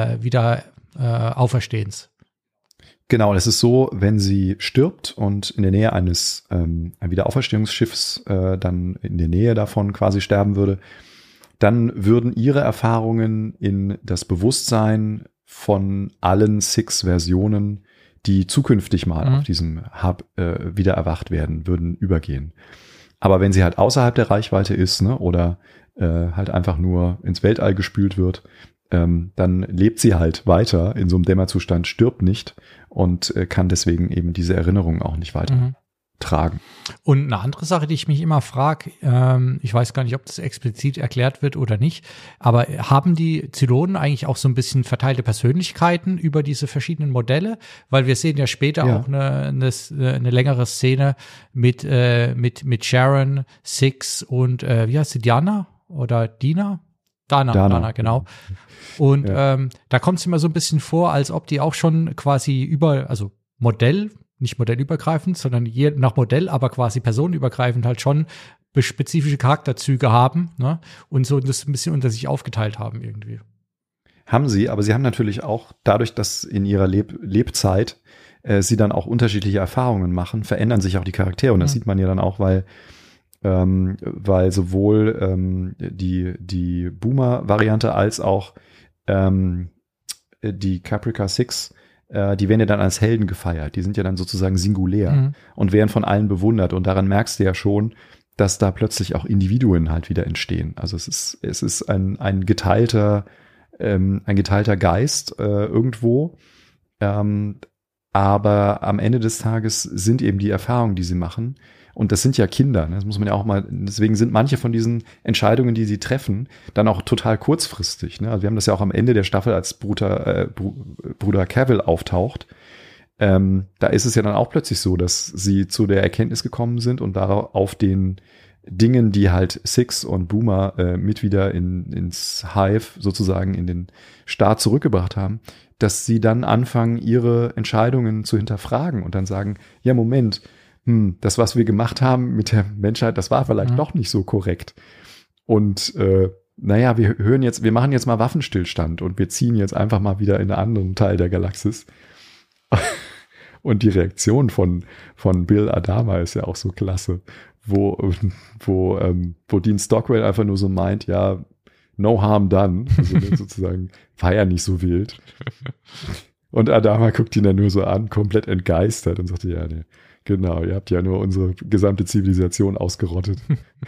Auferstehens? Genau, das ist so, wenn sie stirbt und in der Nähe eines Wiederauferstehungsschiffs dann in der Nähe davon quasi sterben würde, dann würden ihre Erfahrungen in das Bewusstsein von allen Six-Versionen, die zukünftig mal auf diesem Hub wieder erwacht werden, würden übergehen. Aber wenn sie halt außerhalb der Reichweite ist, ne, oder halt einfach nur ins Weltall gespült wird, dann lebt sie halt weiter in so einem Dämmerzustand, stirbt nicht und kann deswegen eben diese Erinnerungen auch nicht weiter tragen. Und eine andere Sache, die ich mich immer frage, ich weiß gar nicht, ob das explizit erklärt wird oder nicht, aber haben die Zylonen eigentlich auch so ein bisschen verteilte Persönlichkeiten über diese verschiedenen Modelle? Weil wir sehen ja später auch eine längere Szene mit Sharon, Six und wie heißt sie, Diana oder Dina? Dana, genau. Und da kommt es immer so ein bisschen vor, als ob die auch schon quasi also nicht modellübergreifend, sondern je nach Modell, aber quasi personenübergreifend halt schon spezifische Charakterzüge haben, ne? Und so das ein bisschen unter sich aufgeteilt haben irgendwie. Haben sie, aber sie haben natürlich auch dadurch, dass in ihrer Lebzeit sie dann auch unterschiedliche Erfahrungen machen, verändern sich auch die Charaktere. Und das sieht man ja dann auch, weil sowohl die Boomer-Variante als auch die Caprica Six, die werden ja dann als Helden gefeiert. Die sind ja dann sozusagen singulär und werden von allen bewundert. Und daran merkst du ja schon, dass da plötzlich auch Individuen halt wieder entstehen. Also es ist ein geteilter Geist irgendwo. Aber am Ende des Tages sind eben die Erfahrungen, die sie machen, und das sind ja Kinder, ne? Das muss man ja auch mal, deswegen sind manche von diesen Entscheidungen, die sie treffen, dann auch total kurzfristig. Ne? Also wir haben das ja auch am Ende der Staffel, als Bruder Cavill auftaucht. Da ist es ja dann auch plötzlich so, dass sie zu der Erkenntnis gekommen sind und darauf auf den Dingen, die halt Six und Boomer mit wieder ins Hive, sozusagen in den Staat zurückgebracht haben, dass sie dann anfangen, ihre Entscheidungen zu hinterfragen und dann sagen, ja, Moment, das, was wir gemacht haben mit der Menschheit, das war vielleicht doch nicht so korrekt. Und wir machen jetzt mal Waffenstillstand und wir ziehen jetzt einfach mal wieder in einen anderen Teil der Galaxis. Und die Reaktion von Bill Adama ist ja auch so klasse, wo Dean Stockwell einfach nur so meint, ja, no harm done, also sozusagen, war ja nicht so wild. Und Adama guckt ihn dann nur so an, komplett entgeistert und sagt, ja, nee, genau, ihr habt ja nur unsere gesamte Zivilisation ausgerottet.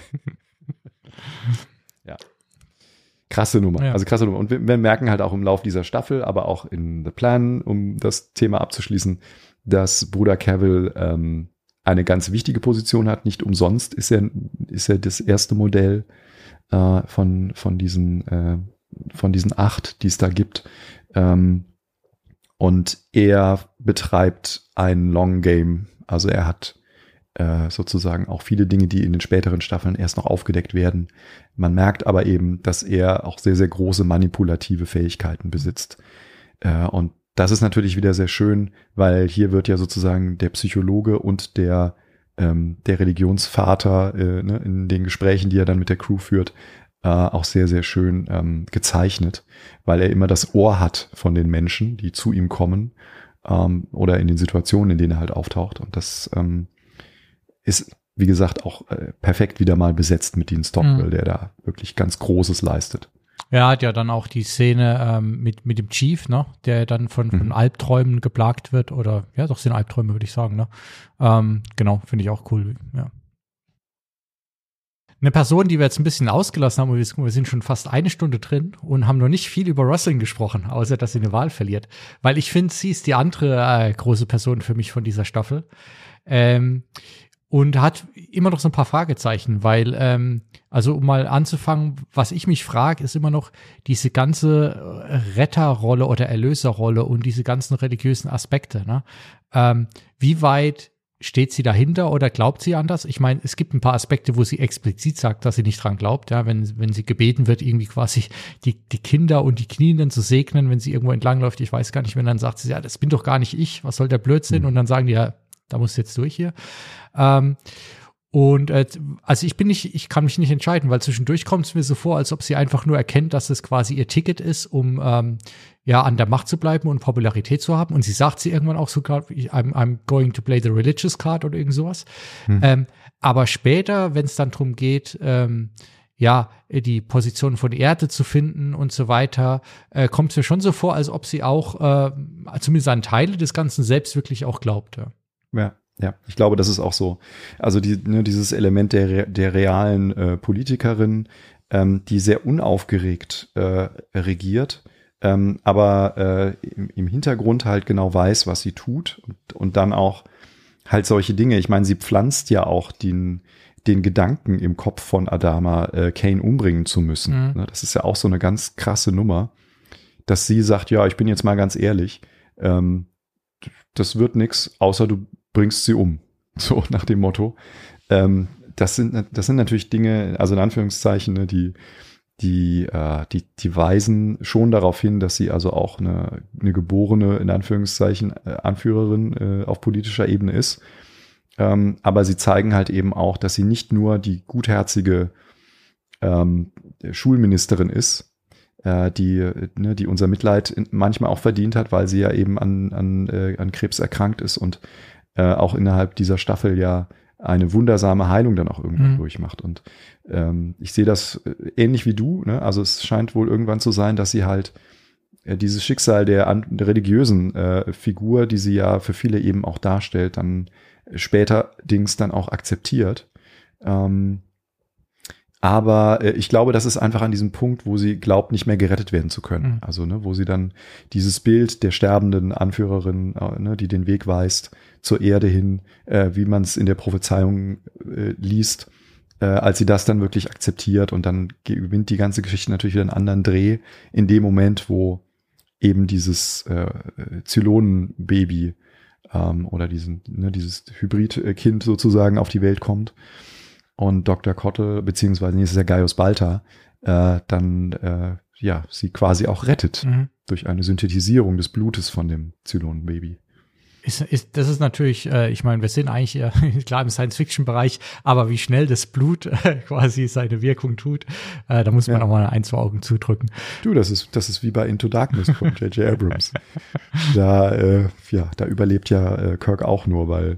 Ja. Krasse Nummer, ja. Also krasse Nummer. Und wir merken halt auch im Lauf dieser Staffel, aber auch in The Plan, um das Thema abzuschließen, dass Bruder Cavill eine ganz wichtige Position hat. Nicht umsonst ist er das erste Modell von diesen 8, die es da gibt. Und er betreibt ein Long Game. Also er hat sozusagen auch viele Dinge, die in den späteren Staffeln erst noch aufgedeckt werden. Man merkt aber eben, dass er auch sehr, sehr große manipulative Fähigkeiten besitzt. Und das ist natürlich wieder sehr schön, weil hier wird ja sozusagen der Psychologe und der Religionsvater in den Gesprächen, die er dann mit der Crew führt, auch sehr, sehr schön gezeichnet, weil er immer das Ohr hat von den Menschen, die zu ihm kommen oder in den Situationen, in denen er halt auftaucht. Und das ist, wie gesagt, auch perfekt wieder mal besetzt mit Dean Stockwell, der da wirklich ganz Großes leistet. Er hat ja dann auch die Szene mit dem Chief, ne, der dann von Albträumen geplagt wird, oder ja, doch sind Albträume, würde ich sagen, ne? Genau, finde ich auch cool, ja. Eine Person, die wir jetzt ein bisschen ausgelassen haben, und wir sind schon fast eine Stunde drin und haben noch nicht viel über Wrestling gesprochen, außer dass sie eine Wahl verliert. Weil ich finde, sie ist die andere große Person für mich von dieser Staffel. Und hat immer noch so ein paar Fragezeichen, weil, also um mal anzufangen, was ich mich frage, ist immer noch diese ganze Retterrolle oder Erlöserrolle und diese ganzen religiösen Aspekte, ne? Wie weit steht sie dahinter oder glaubt sie an das? Ich meine, es gibt ein paar Aspekte, wo sie explizit sagt, dass sie nicht dran glaubt, ja, wenn sie gebeten wird, irgendwie quasi die Kinder und die Knienden zu segnen, wenn sie irgendwo entlangläuft, ich weiß gar nicht, wenn dann sagt sie, ja, das bin doch gar nicht ich, was soll der Blödsinn? Und dann sagen die, ja, da musst du jetzt durch hier. Also ich kann mich nicht entscheiden, weil zwischendurch kommt es mir so vor, als ob sie einfach nur erkennt, dass es quasi ihr Ticket ist, um an der Macht zu bleiben und Popularität zu haben. Und sie sagt sie irgendwann auch sogar, I'm going to play the religious card oder irgend sowas. Aber später, wenn es dann darum geht, die Position von Erde zu finden und so weiter, kommt es mir schon so vor, als ob sie auch zumindest an Teile des Ganzen selbst wirklich auch glaubt. Ja, ich glaube, das ist auch so. Also dieses Element der realen Politikerin, die sehr unaufgeregt regiert, aber im Hintergrund halt genau weiß, was sie tut und dann auch halt solche Dinge. Ich meine, sie pflanzt ja auch den Gedanken im Kopf von Adama, Kane umbringen zu müssen. Mhm. Das ist ja auch so eine ganz krasse Nummer, dass sie sagt, ja, ich bin jetzt mal ganz ehrlich, das wird nix, außer du bringst sie um. So nach dem Motto. Das sind natürlich Dinge, also in Anführungszeichen, ne, die weisen schon darauf hin, dass sie also auch eine geborene, in Anführungszeichen, Anführerin auf politischer Ebene ist. Aber sie zeigen halt eben auch, dass sie nicht nur die gutherzige Schulministerin ist, die unser Mitleid manchmal auch verdient hat, weil sie ja eben an Krebs erkrankt ist und auch innerhalb dieser Staffel ja eine wundersame Heilung dann auch irgendwann durchmacht. Und ich sehe das ähnlich wie du, ne? Also es scheint wohl irgendwann zu sein, dass sie halt dieses Schicksal der religiösen Figur, die sie ja für viele eben auch darstellt, dann späterdings dann auch akzeptiert. Aber ich glaube, das ist einfach an diesem Punkt, wo sie glaubt, nicht mehr gerettet werden zu können. Also, ne, wo sie dann dieses Bild der sterbenden Anführerin, ne, die den Weg weist zur Erde hin, wie man es in der Prophezeiung liest, als sie das dann wirklich akzeptiert und dann gewinnt die ganze Geschichte natürlich wieder einen anderen Dreh in dem Moment, wo eben dieses Zylonenbaby oder dieses Hybridkind sozusagen auf die Welt kommt. Und Dr. Kotte, beziehungsweise ist es ja Gaius Balta, dann sie quasi auch rettet durch eine Synthetisierung des Blutes von dem Zylonenbaby. Das ist natürlich, ich meine, wir sind eigentlich klar im Science-Fiction-Bereich, aber wie schnell das Blut quasi seine Wirkung tut, da muss man auch mal ein, zwei Augen zudrücken. Du, das ist wie bei Into Darkness von J.J. Abrams. Da überlebt ja Kirk auch nur, weil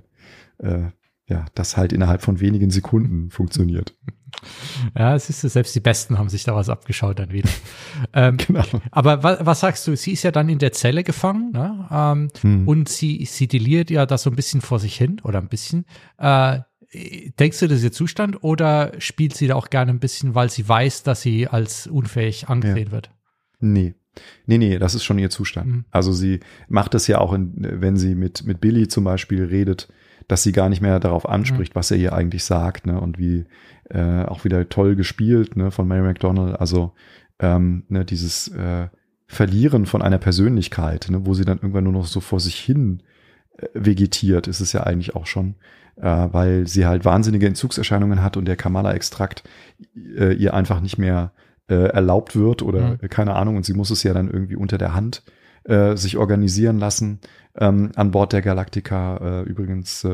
das halt innerhalb von wenigen Sekunden funktioniert. Ja, es ist selbst die Besten haben sich da was abgeschaut dann wieder. Genau. Aber was sagst du? Sie ist ja dann in der Zelle gefangen, ne? Und sie deliriert ja das so ein bisschen vor sich hin oder ein bisschen. Denkst du, das ist ihr Zustand oder spielt sie da auch gerne ein bisschen, weil sie weiß, dass sie als unfähig angesehen wird? Nee, das ist schon ihr Zustand. Also sie macht es ja auch, wenn sie mit Billy zum Beispiel redet, dass sie gar nicht mehr darauf anspricht, was er ihr eigentlich sagt, ne, und wie auch wieder toll gespielt, ne, von Mary McDonnell, also dieses Verlieren von einer Persönlichkeit, ne, wo sie dann irgendwann nur noch so vor sich hin vegetiert, ist es ja eigentlich auch schon, weil sie halt wahnsinnige Entzugserscheinungen hat und der Kamala-Extrakt ihr einfach nicht mehr erlaubt wird oder keine Ahnung, und sie muss es ja dann irgendwie unter der Hand sich organisieren lassen. An Bord der Galactica übrigens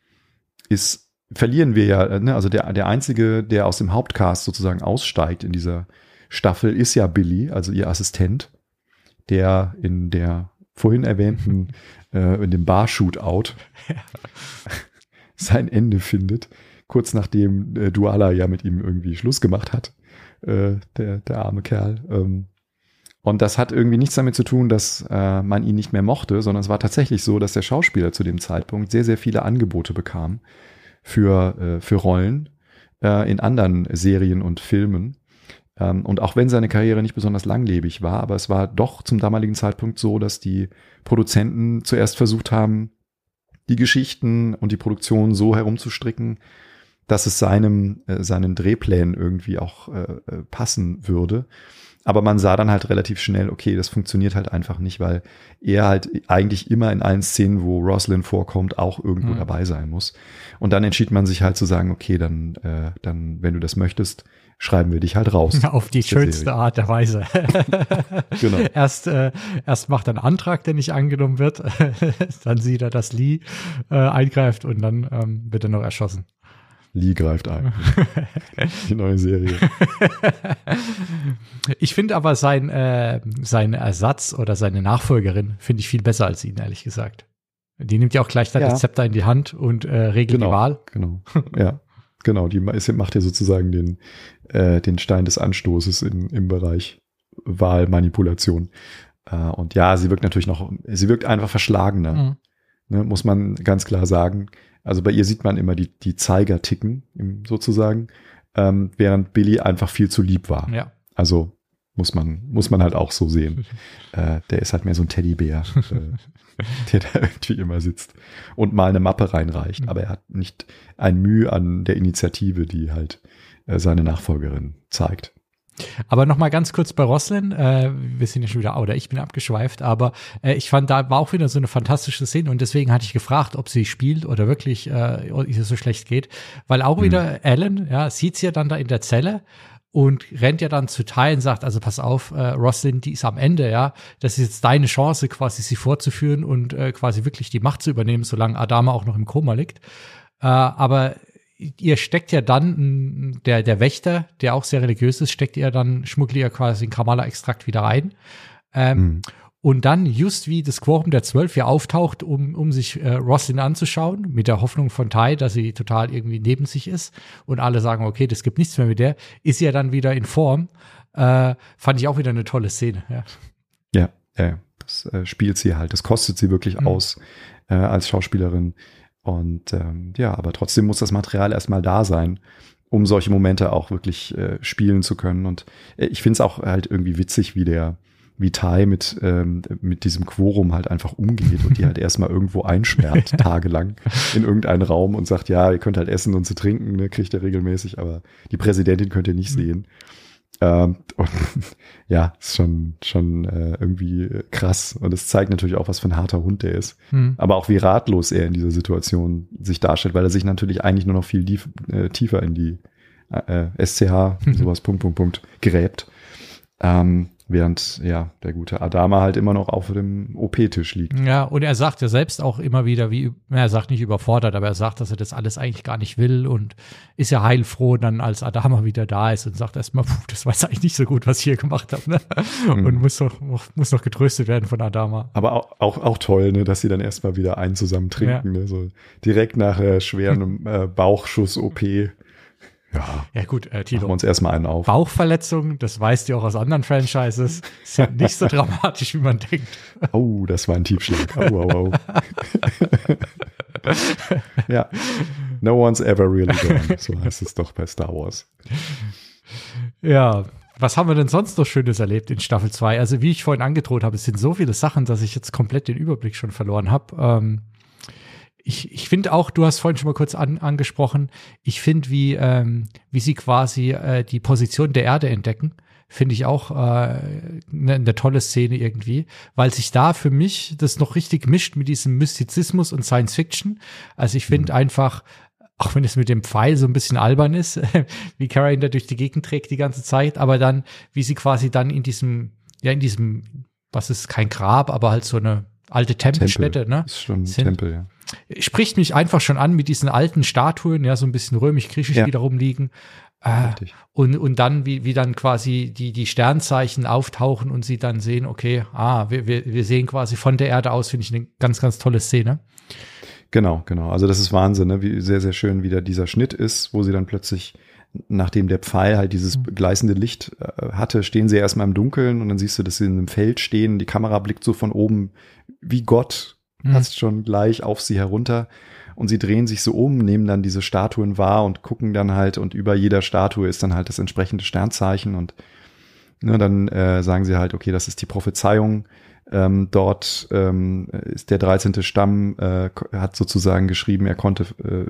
verlieren wir ja, ne, also der Einzige, der aus dem Hauptcast sozusagen aussteigt in dieser Staffel, ist ja Billy, also ihr Assistent, der in der vorhin erwähnten, in dem Bar-Shootout sein Ende findet, kurz nachdem Duala ja mit ihm irgendwie Schluss gemacht hat, der arme Kerl. Und das hat irgendwie nichts damit zu tun, dass man ihn nicht mehr mochte, sondern es war tatsächlich so, dass der Schauspieler zu dem Zeitpunkt sehr, sehr viele Angebote bekam für Rollen in anderen Serien und Filmen. Und auch wenn seine Karriere nicht besonders langlebig war, aber es war doch zum damaligen Zeitpunkt so, dass die Produzenten zuerst versucht haben, die Geschichten und die Produktion so herumzustricken, dass es seinen Drehplänen irgendwie auch passen würde. Aber man sah dann halt relativ schnell, okay, das funktioniert halt einfach nicht, weil er halt eigentlich immer in allen Szenen, wo Roslin vorkommt, auch irgendwo dabei sein muss. Und dann entschied man sich halt zu sagen, okay, dann, wenn du das möchtest, schreiben wir dich halt raus. Auf die schönste Art der Weise. Genau. Erst macht er einen Antrag, der nicht angenommen wird. Dann sieht er, dass Lee eingreift und dann wird er noch erschossen. Lee greift ein. Die neue Serie. Ich finde aber sein Ersatz oder seine Nachfolgerin finde ich viel besser als ihn, ehrlich gesagt. Die nimmt ja auch gleich dann das Zepter in die Hand und regelt die Wahl. Genau, ja. Genau, die macht ja sozusagen den Stein des Anstoßes im Bereich Wahlmanipulation. Und ja, sie wirkt einfach verschlagener. Ne, muss man ganz klar sagen. Also bei ihr sieht man immer die Zeiger ticken, sozusagen, während Billy einfach viel zu lieb war. Ja. Also muss man halt auch so sehen. Der ist halt mehr so ein Teddybär, der da irgendwie immer sitzt und mal eine Mappe reinreicht. Aber er hat nicht ein Mühe an der Initiative, die halt seine Nachfolgerin zeigt. Aber noch mal ganz kurz bei Roslin, wir sind ja schon wieder, oder ich bin abgeschweift, aber ich fand, da war auch wieder so eine fantastische Szene und deswegen hatte ich gefragt, ob sie spielt oder wirklich ihr so schlecht geht, weil auch wieder Alan, sieht sie ja dann da in der Zelle und rennt ja dann zu Ty und sagt, also pass auf, Roslin, die ist am Ende, ja, das ist jetzt deine Chance, quasi sie vorzuführen und quasi wirklich die Macht zu übernehmen, solange Adama auch noch im Koma liegt, aber ihr steckt ja dann, der Wächter, der auch sehr religiös ist, schmuggelt ihr quasi den Kamala-Extrakt wieder rein. Und dann, just wie das Quorum der 12 hier auftaucht, um sich Roslin anzuschauen, mit der Hoffnung von Ty, dass sie total irgendwie neben sich ist und alle sagen, okay, das gibt nichts mehr mit der, ist sie ja dann wieder in Form. Fand ich auch wieder eine tolle Szene. Ja, das spielt sie halt. Das kostet sie wirklich aus als Schauspielerin. Und aber trotzdem muss das Material erstmal da sein, um solche Momente auch wirklich spielen zu können. Und ich finde es auch halt irgendwie witzig, wie Ty mit diesem Quorum halt einfach umgeht und die halt erstmal irgendwo einsperrt, tagelang in irgendeinen Raum und sagt, ja, ihr könnt halt essen und zu trinken, ne, kriegt ihr regelmäßig, aber die Präsidentin könnt ihr nicht sehen. Und ja, ist schon irgendwie krass. Und es zeigt natürlich auch, was für ein harter Hund der ist. Aber auch wie ratlos er in dieser Situation sich darstellt, weil er sich natürlich eigentlich nur noch viel tiefer in die SCH, sowas, gräbt. Während, der gute Adama halt immer noch auf dem OP-Tisch liegt. Ja, und er sagt ja selbst auch immer wieder, er sagt nicht überfordert, aber er sagt, dass er das alles eigentlich gar nicht will und ist ja heilfroh dann, als Adama wieder da ist und sagt erstmal, das weiß eigentlich nicht so gut, was ich hier gemacht habe, ne? Und muss noch getröstet werden von Adama. Aber auch toll, ne, dass sie dann erstmal wieder einen zusammen trinken, ne? So direkt nach schweren Bauchschuss-OP. Ja gut, Tilo. Machen wir uns erstmal einen auf. Bauchverletzungen, das weißt du auch aus anderen Franchises, sind nicht so dramatisch, wie man denkt. Oh, das war ein Tiefschlag. Au. Ja. No one's ever really gone. So heißt es doch bei Star Wars. Ja, was haben wir denn sonst noch Schönes erlebt in Staffel 2? Also wie ich vorhin angedroht habe, es sind so viele Sachen, dass ich jetzt komplett den Überblick schon verloren habe. Ich finde auch, du hast vorhin schon mal kurz angesprochen, ich finde, wie sie quasi die Position der Erde entdecken, finde ich auch eine tolle Szene irgendwie, weil sich da für mich das noch richtig mischt mit diesem Mystizismus und Science Fiction. Also ich finde einfach, auch wenn es mit dem Pfeil so ein bisschen albern ist, wie Cara ihn da durch die Gegend trägt die ganze Zeit, aber dann, wie sie quasi dann in diesem, was ist kein Grab, aber halt so eine alte Tempelstätte, ne? Ist schon ein Tempel, ja. Spricht mich einfach schon an mit diesen alten Statuen, ja, so ein bisschen römisch-griechisch, die da rumliegen. Und dann, wie dann quasi die Sternzeichen auftauchen und sie dann sehen, okay, wir sehen quasi von der Erde aus, finde ich eine ganz, ganz tolle Szene. Genau. Also das ist Wahnsinn, ne? Wie sehr, sehr schön wieder dieser Schnitt ist, wo sie dann plötzlich, nachdem der Pfeil halt dieses gleißende Licht hatte, stehen sie erstmal im Dunkeln und dann siehst du, dass sie in einem Feld stehen. Die Kamera blickt so von oben wie Gott, passt schon gleich auf sie herunter und sie drehen sich so um, nehmen dann diese Statuen wahr und gucken dann halt und über jeder Statue ist dann halt das entsprechende Sternzeichen und dann sagen sie halt, okay, das ist die Prophezeiung. Dort ist der 13. Stamm, hat sozusagen geschrieben, er konnte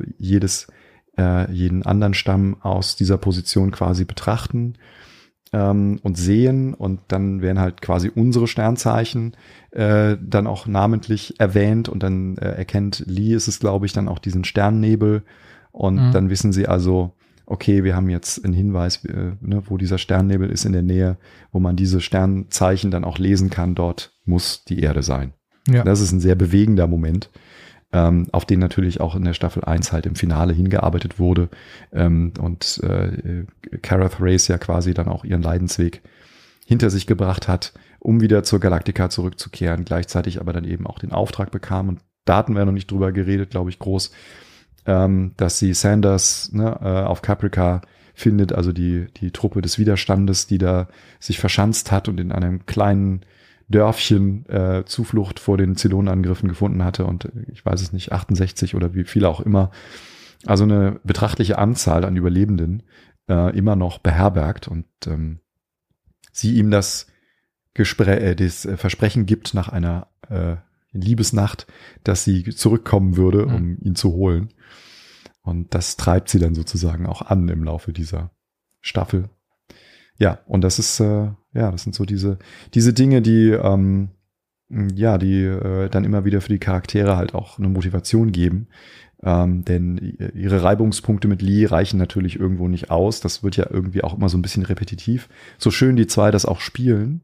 jeden anderen Stamm aus dieser Position quasi betrachten und sehen und dann werden halt quasi unsere Sternzeichen dann auch namentlich erwähnt und dann erkennt Lee, ist es glaube ich, dann auch diesen Sternnebel und dann wissen sie also, okay, wir haben jetzt einen Hinweis, wo dieser Sternnebel ist in der Nähe, wo man diese Sternzeichen dann auch lesen kann, dort muss die Erde sein. Ja. Das ist ein sehr bewegender Moment, auf den natürlich auch in der Staffel 1 halt im Finale hingearbeitet wurde und Cara Thrace ja quasi dann auch ihren Leidensweg hinter sich gebracht hat, um wieder zur Galactica zurückzukehren, gleichzeitig aber dann eben auch den Auftrag bekam und da hatten wir noch nicht drüber geredet, glaube ich, groß, dass sie Sanders auf Caprica findet, also die Truppe des Widerstandes, die da sich verschanzt hat und in einem kleinen Dörfchen Zuflucht vor den Zylonenangriffen gefunden hatte und ich weiß es nicht, 68 oder wie viele auch immer, also eine betrachtliche Anzahl an Überlebenden immer noch beherbergt und sie ihm das Versprechen gibt nach einer Liebesnacht, dass sie zurückkommen würde, um ihn zu holen. Und das treibt sie dann sozusagen auch an im Laufe dieser Staffel. Ja, und das ist, das sind so diese Dinge, die dann immer wieder für die Charaktere halt auch eine Motivation geben. Denn ihre Reibungspunkte mit Lee reichen natürlich irgendwo nicht aus. Das wird ja irgendwie auch immer so ein bisschen repetitiv. So schön die zwei das auch spielen.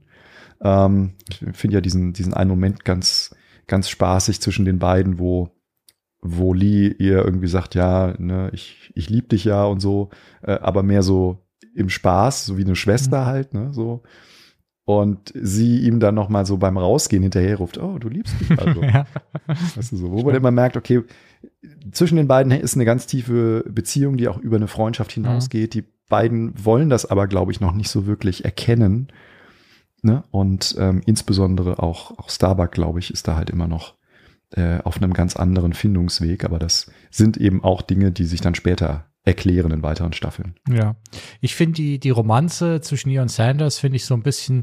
Ich finde ja diesen einen Moment ganz, ganz spaßig zwischen den beiden, wo wo Lee ihr irgendwie sagt, ja, ne, ich lieb dich ja und so, aber mehr so im Spaß, so wie eine Schwester halt, ne, so. Und sie ihm dann noch mal so beim Rausgehen hinterher ruft, oh, du liebst mich also. Ja. Weißt du, so, wo man immer merkt, okay, zwischen den beiden ist eine ganz tiefe Beziehung, die auch über eine Freundschaft hinausgeht. Die beiden wollen das aber, glaube ich, noch nicht so wirklich erkennen. Ne? Und insbesondere auch Starbuck, glaube ich, ist da halt immer noch auf einem ganz anderen Findungsweg. Aber das sind eben auch Dinge, die sich dann später erklären in weiteren Staffeln. Ja, ich finde die Romanze zwischen ihr und Sanders finde ich so ein bisschen,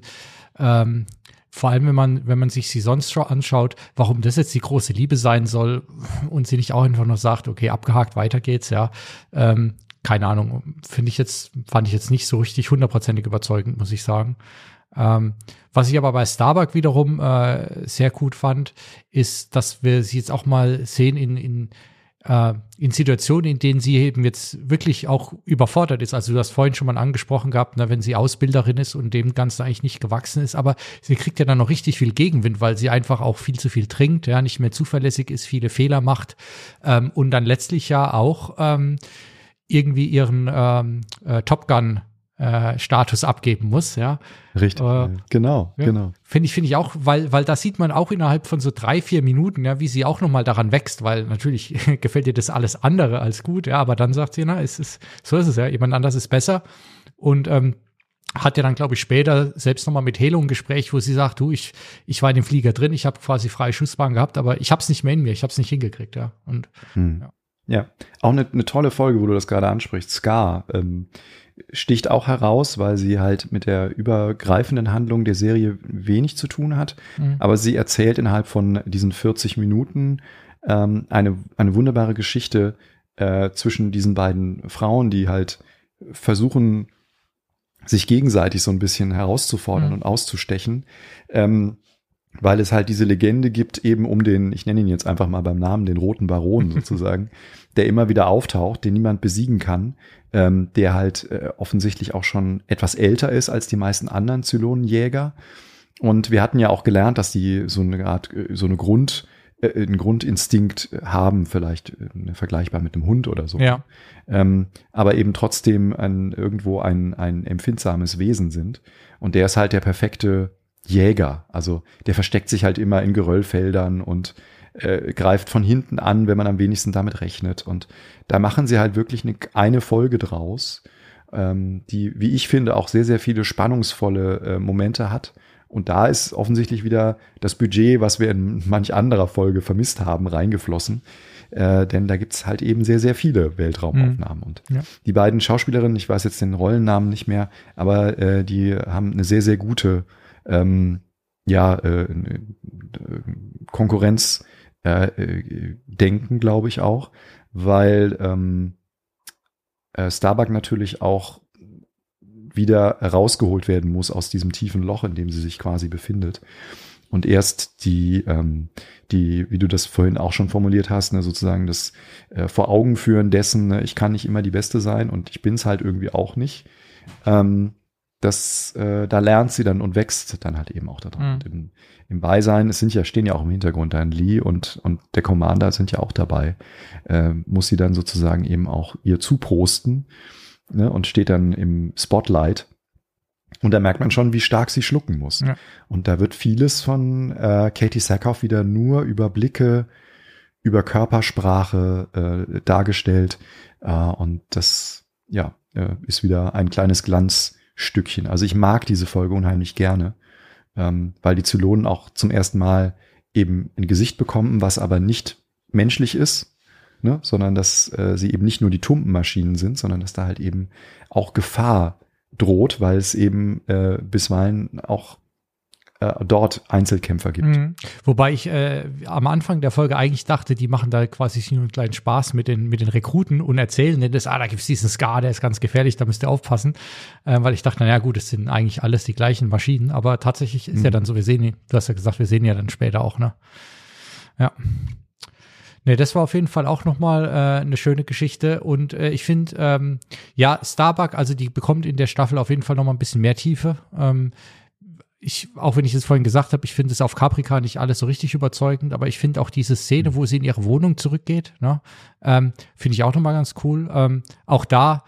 vor allem wenn man sich sie sonst anschaut, warum das jetzt die große Liebe sein soll und sie nicht auch einfach noch sagt, okay, abgehakt, weiter geht's, ja. Keine Ahnung, fand ich jetzt nicht so richtig 100% überzeugend, muss ich sagen. Was ich aber bei Starbuck wiederum sehr gut fand, ist, dass wir sie jetzt auch mal sehen in Situationen, in denen sie eben jetzt wirklich auch überfordert ist. Also du hast vorhin schon mal angesprochen gehabt, ne, wenn sie Ausbilderin ist und dem Ganzen eigentlich nicht gewachsen ist, aber sie kriegt ja dann noch richtig viel Gegenwind, weil sie einfach auch viel zu viel trinkt, ja, nicht mehr zuverlässig ist, viele Fehler macht und dann letztlich ja auch irgendwie ihren Top Gun Status abgeben muss, ja. Richtig, genau. Finde ich auch, weil da sieht man auch innerhalb von so 3-4 Minuten, ja, wie sie auch nochmal daran wächst, weil natürlich gefällt ihr das alles andere als gut, ja, aber dann sagt sie, so ist es ja, jemand anders ist besser und hat ja dann, glaube ich, später selbst nochmal mit Helo ein Gespräch, wo sie sagt, du, ich war in dem Flieger drin, ich habe quasi freie Schussbahn gehabt, aber ich habe es nicht mehr in mir, ich habe es nicht hingekriegt, ja. Und ja, auch eine tolle Folge, wo du das gerade ansprichst. Scar sticht auch heraus, weil sie halt mit der übergreifenden Handlung der Serie wenig zu tun hat. Aber sie erzählt innerhalb von diesen 40 Minuten eine wunderbare Geschichte zwischen diesen beiden Frauen, die halt versuchen, sich gegenseitig so ein bisschen herauszufordern und auszustechen. Weil es halt diese Legende gibt, eben um den, ich nenne ihn jetzt einfach mal beim Namen, den Roten Baron sozusagen, der immer wieder auftaucht, den niemand besiegen kann, der halt offensichtlich auch schon etwas älter ist als die meisten anderen Zylonenjäger. Und wir hatten ja auch gelernt, dass die so eine Art, einen Grundinstinkt haben, vielleicht vergleichbar mit einem Hund oder so. Ja. Aber eben trotzdem irgendwo ein empfindsames Wesen sind. Und der ist halt der perfekte Jäger, also der versteckt sich halt immer in Geröllfeldern und greift von hinten an, wenn man am wenigsten damit rechnet. Und da machen sie halt wirklich eine Folge draus, die, wie ich finde, auch sehr, sehr viele spannungsvolle Momente hat. Und da ist offensichtlich wieder das Budget, was wir in manch anderer Folge vermisst haben, reingeflossen. Denn da gibt's halt eben sehr, sehr viele Weltraumaufnahmen. Und die beiden Schauspielerinnen, ich weiß jetzt den Rollennamen nicht mehr, aber die haben eine sehr, sehr gute Konkurrenz denken, glaube ich auch, weil Starbuck natürlich auch wieder rausgeholt werden muss aus diesem tiefen Loch, in dem sie sich quasi befindet. Und erst die, wie du das vorhin auch schon formuliert hast, ne, sozusagen das vor Augen führen dessen, ne, ich kann nicht immer die Beste sein und ich bin's halt irgendwie auch nicht. Da lernt sie dann und wächst dann halt eben auch daran. Und im Beisein, stehen ja auch im Hintergrund dann Lee und der Commander sind ja auch dabei, muss sie dann sozusagen eben auch ihr zuprosten, ne, und steht dann im Spotlight. Und da merkt man schon, wie stark sie schlucken muss. Ja. Und da wird vieles von Katie Sackhoff wieder nur über Blicke, über Körpersprache dargestellt. Und das, ist wieder ein kleines Glanzstückchen. Also ich mag diese Folge unheimlich gerne, weil die Zylonen auch zum ersten Mal eben ein Gesicht bekommen, was aber nicht menschlich ist, ne, sondern dass sie eben nicht nur die Tumpenmaschinen sind, sondern dass da halt eben auch Gefahr droht, weil es eben bisweilen auch dort Einzelkämpfer gibt. Wobei ich am Anfang der Folge eigentlich dachte, die machen da quasi nur einen kleinen Spaß mit den Rekruten und erzählen denen das, da gibt's diesen Scar, der ist ganz gefährlich, da müsst ihr aufpassen. Weil ich dachte, naja gut, es sind eigentlich alles die gleichen Maschinen, aber tatsächlich ist ja dann so, du hast ja gesagt, wir sehen ja dann später auch, ne? Ja. Ne, das war auf jeden Fall auch nochmal eine schöne Geschichte und ich finde, Starbuck, also die bekommt in der Staffel auf jeden Fall nochmal ein bisschen mehr Tiefe. auch wenn ich es vorhin gesagt habe, ich finde es auf Caprica nicht alles so richtig überzeugend, aber ich finde auch diese Szene, wo sie in ihre Wohnung zurückgeht, ne, finde ich auch nochmal ganz cool. Auch da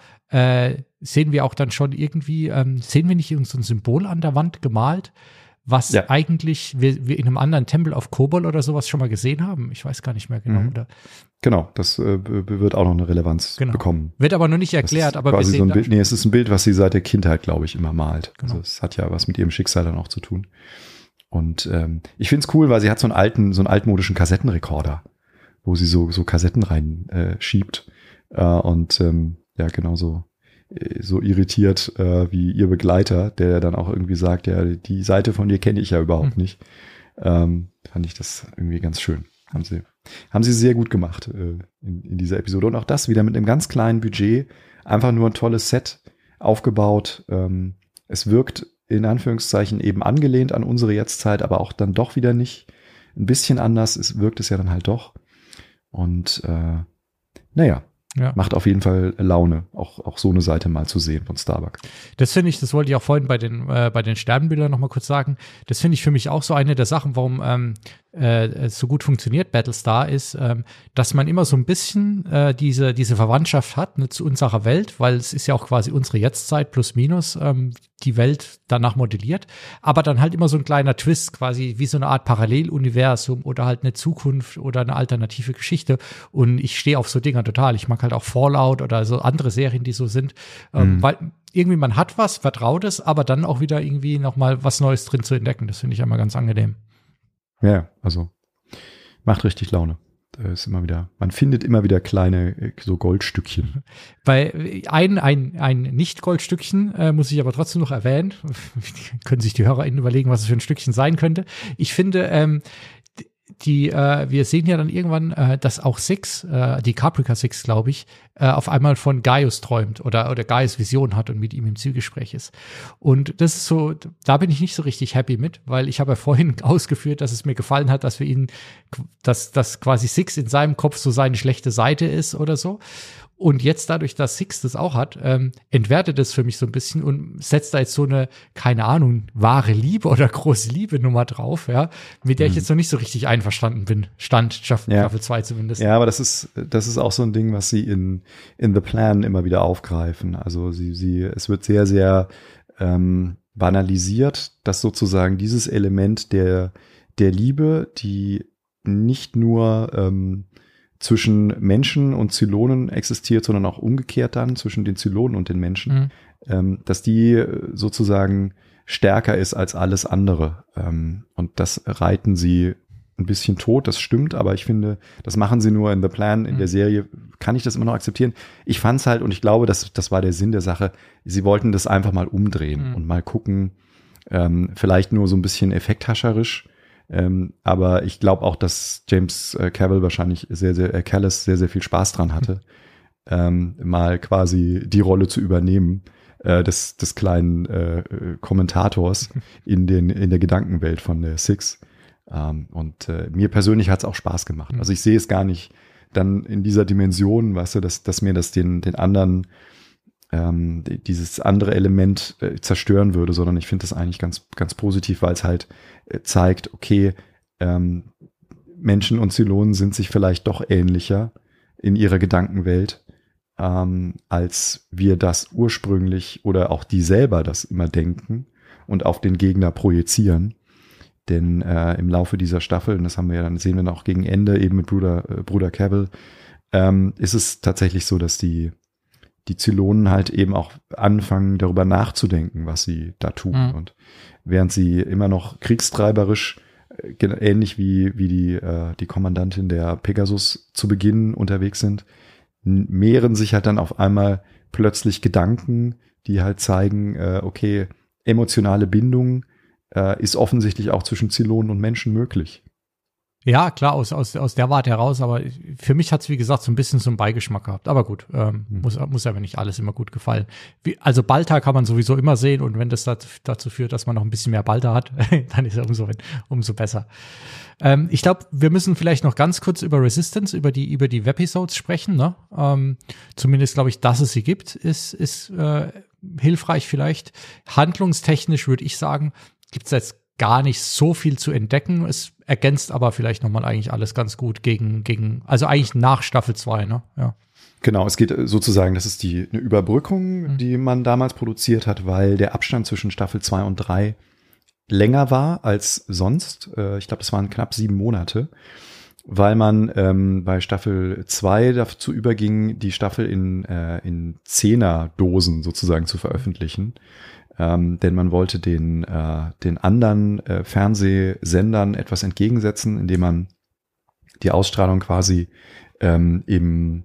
sehen wir auch dann schon irgendwie, sehen wir nicht so ein Symbol an der Wand gemalt, was eigentlich wir in einem anderen Tempel auf Kobol oder sowas schon mal gesehen haben. Ich weiß gar nicht mehr genau. Oder? Genau, das wird auch noch eine Relevanz bekommen. Wird aber noch nicht erklärt. Aber wir sehen so ein Bild, es ist ein Bild, was sie seit der Kindheit, glaube ich, immer malt. Genau. Also es hat ja was mit ihrem Schicksal dann auch zu tun. Und ich finde es cool, weil sie hat so einen altmodischen Kassettenrekorder, wo sie so Kassetten rein schiebt und genauso so irritiert wie ihr Begleiter, der dann auch irgendwie sagt, ja, die Seite von dir kenne ich ja überhaupt nicht. Fand ich das irgendwie ganz schön. Haben sie sehr gut gemacht in dieser Episode. Und auch das wieder mit einem ganz kleinen Budget. Einfach nur ein tolles Set aufgebaut. Es wirkt in Anführungszeichen eben angelehnt an unsere Jetztzeit, aber auch dann doch wieder nicht. Ein bisschen anders wirkt es ja dann halt doch. Und macht auf jeden Fall Laune, auch so eine Seite mal zu sehen von Starbuck. Das finde ich, das wollte ich auch vorhin bei den Sternbildern noch mal kurz sagen, das finde ich für mich auch so eine der Sachen, warum so gut funktioniert Battlestar ist, dass man immer so ein bisschen diese Verwandtschaft hat, ne, zu unserer Welt, weil es ist ja auch quasi unsere Jetztzeit plus minus die Welt danach modelliert, aber dann halt immer so ein kleiner Twist, quasi wie so eine Art Paralleluniversum oder halt eine Zukunft oder eine alternative Geschichte, und ich stehe auf so Dinger total. Ich mag halt auch Fallout oder so andere Serien, die so sind, weil irgendwie man hat was Vertrautes, aber dann auch wieder irgendwie noch mal was Neues drin zu entdecken. Das finde ich einmal ganz angenehm. Ja, also macht richtig Laune. Ist man findet immer wieder kleine so Goldstückchen. Bei ein Nicht-Goldstückchen muss ich aber trotzdem noch erwähnen. Können sich die HörerInnen überlegen, was es für ein Stückchen sein könnte. Ich finde, wir sehen ja dann irgendwann, dass auch Six, die Caprica Six, glaube ich, auf einmal von Gaius träumt oder Gaius Vision hat und mit ihm im Zielgespräch ist. Und das ist so, da bin ich nicht so richtig happy mit, weil ich habe ja vorhin ausgeführt, dass es mir gefallen hat, dass quasi Six in seinem Kopf so seine schlechte Seite ist oder so. Und jetzt dadurch, dass Six das auch hat, entwertet es für mich so ein bisschen und setzt da jetzt so eine, keine Ahnung, wahre Liebe oder große Liebe-Nummer drauf, ja, mit der ich jetzt noch nicht so richtig einverstanden bin. Staffel 2 zumindest. Ja, aber das ist auch so ein Ding, was sie in The Plan immer wieder aufgreifen. Also es wird sehr, sehr banalisiert, dass sozusagen dieses Element der Liebe, die nicht nur zwischen Menschen und Zylonen existiert, sondern auch umgekehrt dann zwischen den Zylonen und den Menschen, dass die sozusagen stärker ist als alles andere. Und das reiten sie ein bisschen tot, das stimmt, aber ich finde, das machen sie nur in The Plan. In der Serie kann ich das immer noch akzeptieren. Ich fand's halt, und ich glaube, das war der Sinn der Sache, sie wollten das einfach mal umdrehen und mal gucken, vielleicht nur so ein bisschen effekthascherisch. Aber ich glaube auch, dass James Cavill wahrscheinlich Callis sehr, sehr viel Spaß dran hatte, mal quasi die Rolle zu übernehmen, des kleinen Kommentators in der Gedankenwelt von der Six. Und mir persönlich hat es auch Spaß gemacht. Also ich sehe es gar nicht dann in dieser Dimension, weißt du, dass mir das den anderen dieses andere Element zerstören würde, sondern ich finde das eigentlich ganz, ganz positiv, weil es halt zeigt, okay, Menschen und Zylonen sind sich vielleicht doch ähnlicher in ihrer Gedankenwelt, als wir das ursprünglich oder auch die selber das immer denken und auf den Gegner projizieren. Denn im Laufe dieser Staffel, und das haben wir ja dann, sehen wir noch gegen Ende eben mit Bruder Cavill, ist es tatsächlich so, dass die Zylonen halt eben auch anfangen, darüber nachzudenken, was sie da tun. Und während sie immer noch kriegstreiberisch, ähnlich wie die Kommandantin der Pegasus zu Beginn unterwegs sind, mehren sich halt dann auf einmal plötzlich Gedanken, die halt zeigen, okay, emotionale Bindung ist offensichtlich auch zwischen Zylonen und Menschen möglich. Ja, klar, aus der Warte heraus, aber für mich hat es, wie gesagt, so ein bisschen so einen Beigeschmack gehabt. Aber gut, muss ja nicht alles immer gut gefallen. Also Balta kann man sowieso immer sehen, und wenn das dazu führt, dass man noch ein bisschen mehr Balta hat, dann ist er umso besser. Ich glaube, wir müssen vielleicht noch ganz kurz über Resistance, über die Webisodes sprechen, ne? Zumindest glaube ich, dass es sie gibt, ist hilfreich vielleicht. Handlungstechnisch würde ich sagen, gibt es jetzt gar nicht so viel zu entdecken. Es ergänzt aber vielleicht nochmal eigentlich alles ganz gut also eigentlich nach Staffel 2, ne? Ja. Genau, es geht sozusagen, das ist eine Überbrückung, die man damals produziert hat, weil der Abstand zwischen Staffel 2 und 3 länger war als sonst. Ich glaube, das waren knapp 7 Monate, weil man bei Staffel 2 dazu überging, die Staffel in 10er-Dosen sozusagen zu veröffentlichen. Denn man wollte den anderen Fernsehsendern etwas entgegensetzen, indem man die Ausstrahlung quasi im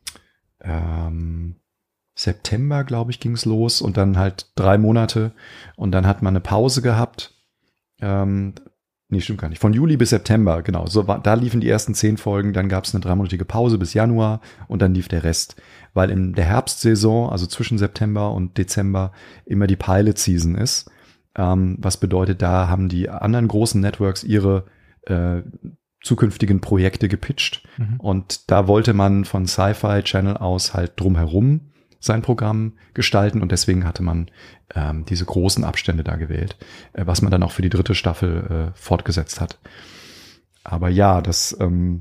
September, glaube ich, ging es los und dann halt 3 Monate und dann hat man eine Pause gehabt. Nee, stimmt gar nicht. Von Juli bis September, genau. Da liefen die ersten 10 Folgen, dann gab es eine 3-monatige Pause bis Januar und dann lief der Rest. Weil in der Herbstsaison, also zwischen September und Dezember, immer die Pilot-Season ist. Was bedeutet, da haben die anderen großen Networks ihre zukünftigen Projekte gepitcht. Und da wollte man von Sci-Fi Channel aus halt drumherum sein Programm gestalten und deswegen hatte man diese großen Abstände da gewählt, was man dann auch für die 3. Staffel fortgesetzt hat. Aber ja, das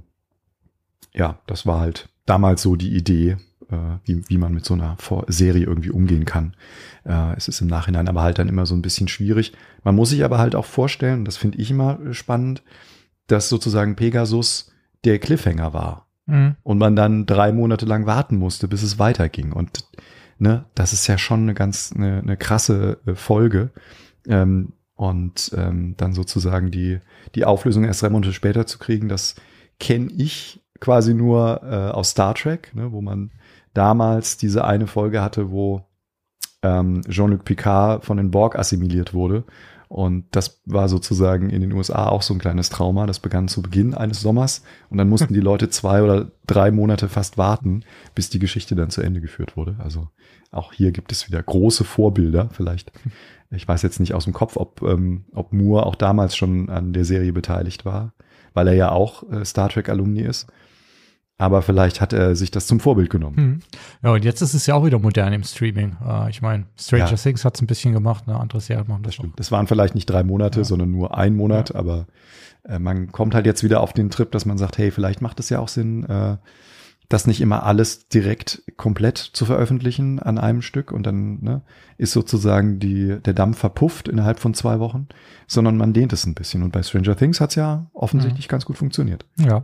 war halt damals so die Idee, wie man mit so einer Serie irgendwie umgehen kann. Es ist im Nachhinein aber halt dann immer so ein bisschen schwierig. Man muss sich aber halt auch vorstellen, das finde ich immer spannend, dass sozusagen Pegasus der Cliffhanger war. Und man dann 3 Monate lang warten musste, bis es weiterging. Und ne, das ist ja schon eine krasse Folge. Und dann sozusagen die Auflösung erst 3 Monate später zu kriegen, das kenne ich quasi nur aus Star Trek, ne, wo man damals diese eine Folge hatte, wo Jean-Luc Picard von den Borg assimiliert wurde. Und das war sozusagen in den USA auch so ein kleines Trauma. Das begann zu Beginn eines Sommers und dann mussten die Leute 2 oder 3 Monate fast warten, bis die Geschichte dann zu Ende geführt wurde. Also auch hier gibt es wieder große Vorbilder. Vielleicht, ich weiß jetzt nicht aus dem Kopf, ob Moore auch damals schon an der Serie beteiligt war, weil er ja auch Star Trek Alumni ist. Aber vielleicht hat er sich das zum Vorbild genommen. Ja, und jetzt ist es ja auch wieder modern im Streaming. Ich meine, Stranger Things hat es ein bisschen gemacht, eine andere Serien machen das stimmt. Das waren vielleicht nicht 3 Monate, sondern nur 1 Monat. Ja. Aber man kommt halt jetzt wieder auf den Trip, dass man sagt, hey, vielleicht macht es ja auch Sinn, das nicht immer alles direkt komplett zu veröffentlichen an einem Stück. Und dann ist sozusagen der Dampf verpufft innerhalb von 2 Wochen, sondern man dehnt es ein bisschen. Und bei Stranger Things hat es ja offensichtlich ganz gut funktioniert. Ja.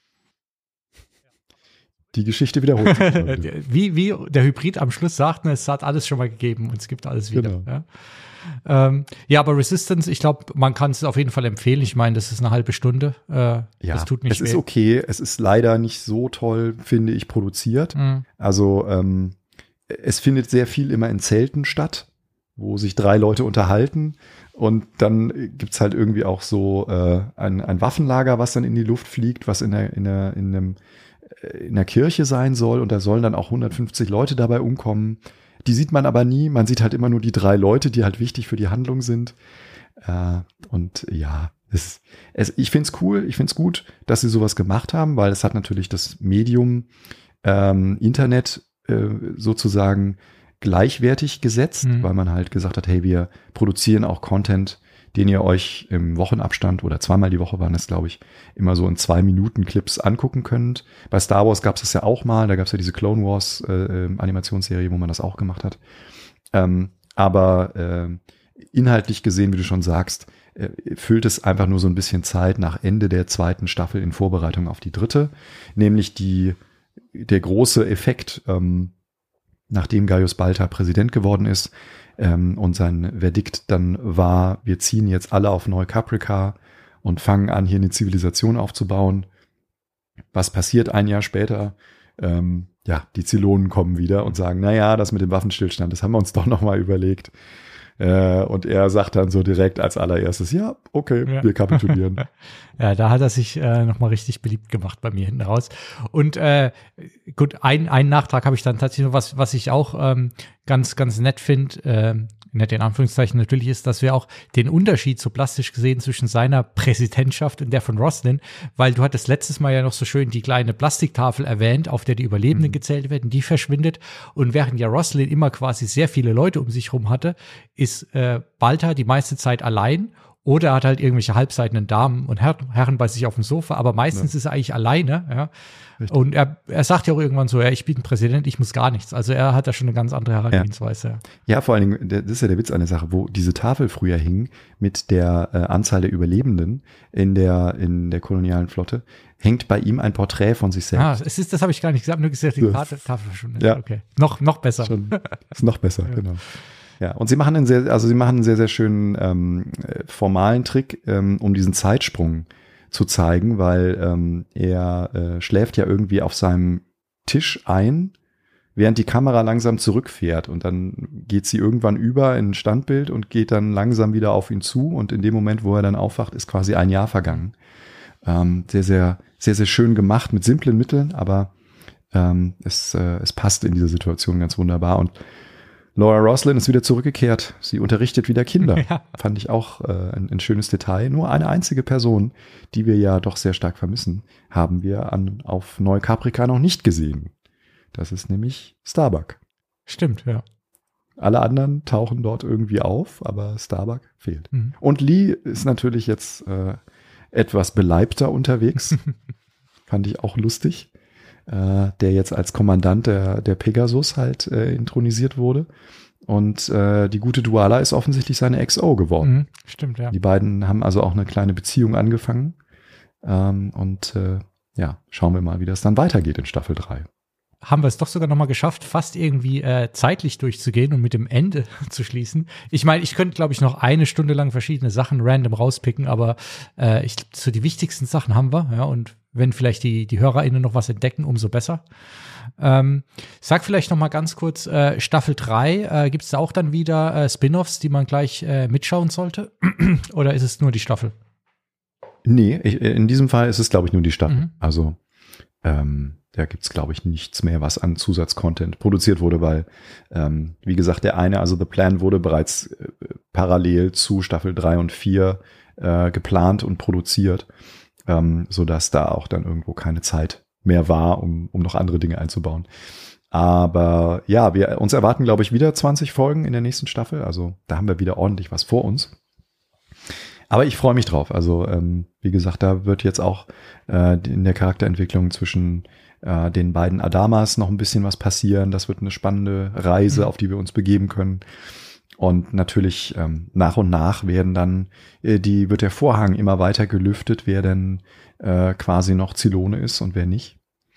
Die Geschichte wiederholt sich. Wie der Hybrid am Schluss sagt, es hat alles schon mal gegeben und es gibt alles wieder. Genau. Ja, aber Resistance, ich glaube, man kann es auf jeden Fall empfehlen. Ich meine, das ist eine halbe Stunde. Das tut nicht weh. Es ist okay. Es ist leider nicht so toll, finde ich, produziert. Also es findet sehr viel immer in Zelten statt, wo sich 3 Leute unterhalten. Und dann gibt's halt irgendwie auch so ein Waffenlager, was dann in die Luft fliegt, was in der Kirche sein soll und da sollen dann auch 150 Leute dabei umkommen. Die sieht man aber nie. Man sieht halt immer nur die 3 Leute, die halt wichtig für die Handlung sind. Und ja, ich find's cool. Ich find's gut, dass sie sowas gemacht haben, weil es hat natürlich das Medium Internet sozusagen gleichwertig gesetzt, weil man halt gesagt hat, hey, wir produzieren auch Content, den ihr euch im Wochenabstand oder 2-mal die Woche waren es, glaube ich, immer so in 2-Minuten-Clips angucken könnt. Bei Star Wars gab es das ja auch mal, da gab es ja diese Clone Wars Animationsserie, wo man das auch gemacht hat. Aber inhaltlich gesehen, wie du schon sagst, füllt es einfach nur so ein bisschen Zeit nach Ende der 2. Staffel in Vorbereitung auf die 3. Nämlich der große Effekt, nachdem Gaius Baltar Präsident geworden ist, und sein Verdikt dann war, wir ziehen jetzt alle auf Neu-Caprica und fangen an, hier eine Zivilisation aufzubauen. Was passiert 1 Jahr später? Die Zylonen kommen wieder und sagen, naja, das mit dem Waffenstillstand, das haben wir uns doch nochmal überlegt. Und er sagt dann so direkt als allererstes, ja, okay, wir kapitulieren. Ja, da hat er sich nochmal richtig beliebt gemacht bei mir hinten raus. Und gut, einen Nachtrag habe ich dann tatsächlich noch, was ich auch ganz, ganz nett finde, nett in Anführungszeichen natürlich, ist, dass wir auch den Unterschied so plastisch gesehen zwischen seiner Präsidentschaft und der von Roslin, weil du hattest letztes Mal ja noch so schön die kleine Plastiktafel erwähnt, auf der die Überlebenden gezählt werden, die verschwindet. Und während ja Roslin immer quasi sehr viele Leute um sich rum hatte, ist Balta die meiste Zeit allein. Oder er hat halt irgendwelche halbseitenden Damen und Herren bei sich auf dem Sofa, aber meistens ist er eigentlich alleine, ja. Richtig. Und er sagt ja auch irgendwann so, ja, ich bin Präsident, ich muss gar nichts. Also er hat da schon eine ganz andere Herangehensweise. Ja, vor allen Dingen, das ist ja der Witz an der Sache, wo diese Tafel früher hing mit der Anzahl der Überlebenden in der kolonialen Flotte, hängt bei ihm ein Porträt von sich selbst. Das habe ich gar nicht gesagt, nur gesagt, die Tafel verschwunden. Ja. Okay. Noch besser. Ist noch besser, genau. Ja, und sie machen einen sehr, sehr schönen formalen Trick, um diesen Zeitsprung zu zeigen, weil er schläft ja irgendwie auf seinem Tisch ein, während die Kamera langsam zurückfährt und dann geht sie irgendwann über in ein Standbild und geht dann langsam wieder auf ihn zu und in dem Moment, wo er dann aufwacht, ist quasi ein Jahr vergangen. Sehr, sehr, sehr, sehr schön gemacht mit simplen Mitteln, aber es passt in diese Situation ganz wunderbar und Laura Roslin ist wieder zurückgekehrt. Sie unterrichtet wieder Kinder. Ja. Fand ich auch ein schönes Detail. Nur eine einzige Person, die wir ja doch sehr stark vermissen, haben wir auf Neu-Caprica noch nicht gesehen. Das ist nämlich Starbuck. Stimmt, ja. Alle anderen tauchen dort irgendwie auf, aber Starbuck fehlt. Mhm. Und Lee ist natürlich jetzt etwas beleibter unterwegs. Fand ich auch lustig. Der jetzt als Kommandant der Pegasus halt intronisiert wurde. Und die gute Duala ist offensichtlich seine XO geworden. Mhm, stimmt, ja. Die beiden haben also auch eine kleine Beziehung angefangen. Schauen wir mal, wie das dann weitergeht in Staffel 3. Haben wir es doch sogar noch mal geschafft, fast irgendwie zeitlich durchzugehen und mit dem Ende zu schließen. Ich meine, ich könnte, glaube ich, noch eine Stunde lang verschiedene Sachen random rauspicken, aber ich glaube, so die wichtigsten Sachen haben wir, ja, und wenn vielleicht die HörerInnen noch was entdecken, umso besser. Sag vielleicht noch mal ganz kurz, Staffel 3, gibt es da auch dann wieder Spin-Offs, die man gleich mitschauen sollte? Oder ist es nur die Staffel? Nee, in diesem Fall ist es, glaube ich, nur die Staffel. Also da gibt's, glaube ich, nichts mehr, was an Zusatzcontent produziert wurde, weil, wie gesagt, also The Plan wurde bereits parallel zu Staffel 3 und 4 geplant und produziert, sodass da auch dann irgendwo keine Zeit mehr war, um noch andere Dinge einzubauen. Aber ja, uns erwarten, glaube ich, wieder 20 Folgen in der nächsten Staffel. Also da haben wir wieder ordentlich was vor uns. Aber ich freue mich drauf. Also wie gesagt, da wird jetzt auch in der Charakterentwicklung zwischen den beiden Adamas noch ein bisschen was passieren. Das wird eine spannende Reise, auf die wir uns begeben können. Und natürlich nach und nach wird der Vorhang immer weiter gelüftet, wer denn quasi noch Zylone ist und wer nicht.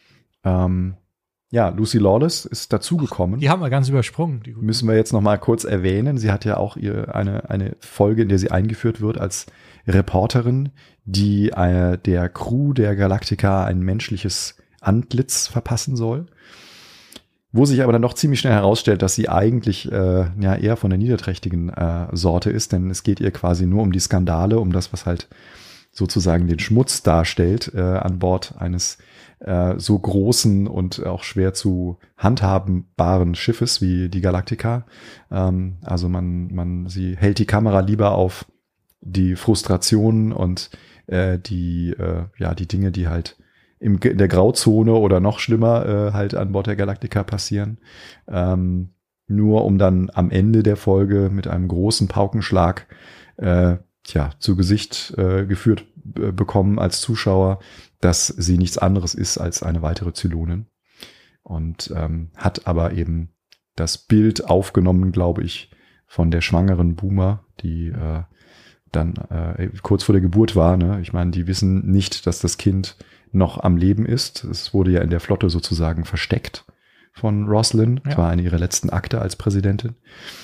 Lucy Lawless ist dazugekommen. Die haben wir ganz übersprungen. Müssen wir jetzt noch mal kurz erwähnen. Sie hat ja auch eine Folge, in der sie eingeführt wird als Reporterin, die der Crew der Galactica ein menschliches Antlitz verpassen soll. Wo sich aber dann doch ziemlich schnell herausstellt, dass sie eigentlich eher von der niederträchtigen Sorte ist, denn es geht ihr quasi nur um die Skandale, um das, was halt sozusagen den Schmutz darstellt an Bord eines so großen und auch schwer zu handhabbaren Schiffes wie die Galactica. Also sie hält die Kamera lieber auf die Frustrationen und die Dinge, die halt in der Grauzone oder noch schlimmer halt an Bord der Galactica passieren. Nur um dann am Ende der Folge mit einem großen Paukenschlag zu Gesicht geführt bekommen als Zuschauer, dass sie nichts anderes ist als eine weitere Zylonin. Und hat aber eben das Bild aufgenommen, glaube ich, von der schwangeren Boomer, die dann kurz vor der Geburt war. Ne? Ich meine, die wissen nicht, dass das Kind noch am Leben ist. Es wurde ja in der Flotte sozusagen versteckt von Roslin. Das war eine ihrer letzten Akte als Präsidentin.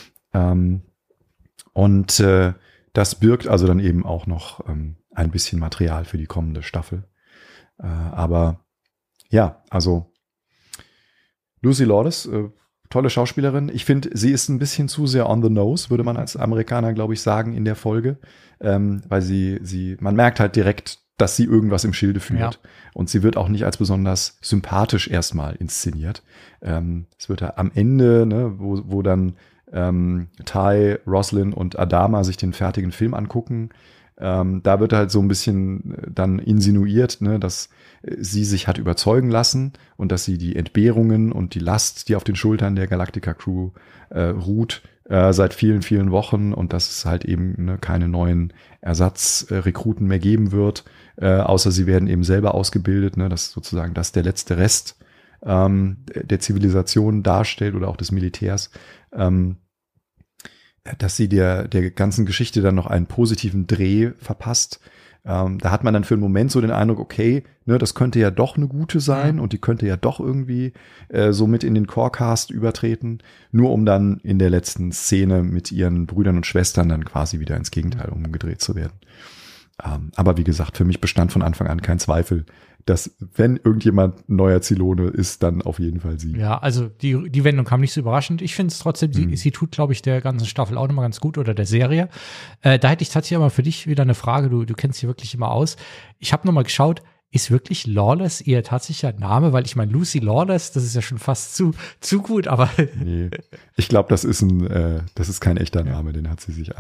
Das birgt also dann eben auch noch ein bisschen Material für die kommende Staffel. Aber ja, also Lucy Lawless, tolle Schauspielerin. Ich finde, sie ist ein bisschen zu sehr on the nose, würde man als Amerikaner, glaube ich, sagen in der Folge. Weil man merkt halt direkt, dass sie irgendwas im Schilde führt. Ja. Und sie wird auch nicht als besonders sympathisch erstmal inszeniert. Es wird ja am Ende, ne, wo dann Ty, Roslin und Adama sich den fertigen Film angucken, da wird halt so ein bisschen dann insinuiert, ne, dass sie sich hat überzeugen lassen und dass sie die Entbehrungen und die Last, die auf den Schultern der Galactica-Crew ruht, seit vielen, vielen Wochen und dass es halt eben keine neuen Ersatzrekruten mehr geben wird, außer sie werden eben selber ausgebildet, ne, dass sozusagen das der letzte Rest der Zivilisation darstellt oder auch des Militärs, dass sie der ganzen Geschichte dann noch einen positiven Dreh verpasst. Da hat man dann für einen Moment so den Eindruck, okay, ne, das könnte ja doch eine gute sein und die könnte ja doch irgendwie so mit in den Core-Cast übertreten, nur um dann in der letzten Szene mit ihren Brüdern und Schwestern dann quasi wieder ins Gegenteil umgedreht zu werden. Aber wie gesagt, für mich bestand von Anfang an kein Zweifel, dass wenn irgendjemand ein neuer Zylone ist, dann auf jeden Fall sie. Ja, also die Wendung kam nicht so überraschend. Ich finde es trotzdem, sie tut, glaube ich, der ganzen Staffel auch nochmal ganz gut oder der Serie. Da hätte ich tatsächlich aber für dich wieder eine Frage, du kennst sie wirklich immer aus. Ich habe nochmal geschaut, ist wirklich Lawless ihr tatsächlicher Name? Weil ich meine, Lucy Lawless, das ist ja schon fast zu gut, aber nee, ich glaube, das ist kein echter Name, den hat sie sich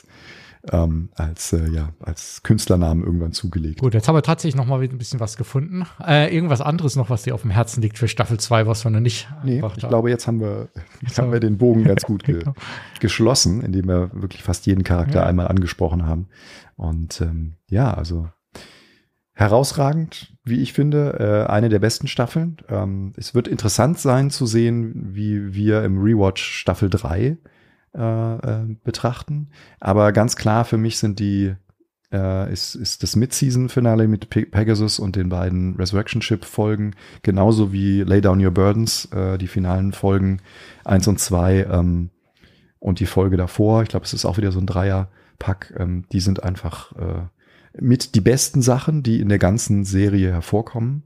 als Künstlernamen irgendwann zugelegt. Gut, jetzt haben wir tatsächlich noch mal ein bisschen was gefunden. Irgendwas anderes noch, was dir auf dem Herzen liegt für Staffel 2, was wir noch nicht. Nee, ich glaube, jetzt haben wir den Bogen ganz gut geschlossen, indem wir wirklich fast jeden Charakter einmal angesprochen haben. Und also herausragend, wie ich finde, eine der besten Staffeln. Es wird interessant sein zu sehen, wie wir im Rewatch Staffel 3 betrachten. Aber ganz klar für mich sind ist das Mid-Season-Finale mit Pegasus und den beiden Resurrection Ship-Folgen, genauso wie Lay Down Your Burdens, die finalen Folgen 1 und 2 und die Folge davor. Ich glaube, es ist auch wieder so ein Dreierpack. Die sind einfach mit die besten Sachen, die in der ganzen Serie hervorkommen.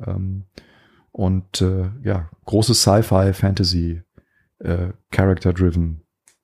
Großes Sci-Fi, Fantasy, Character-driven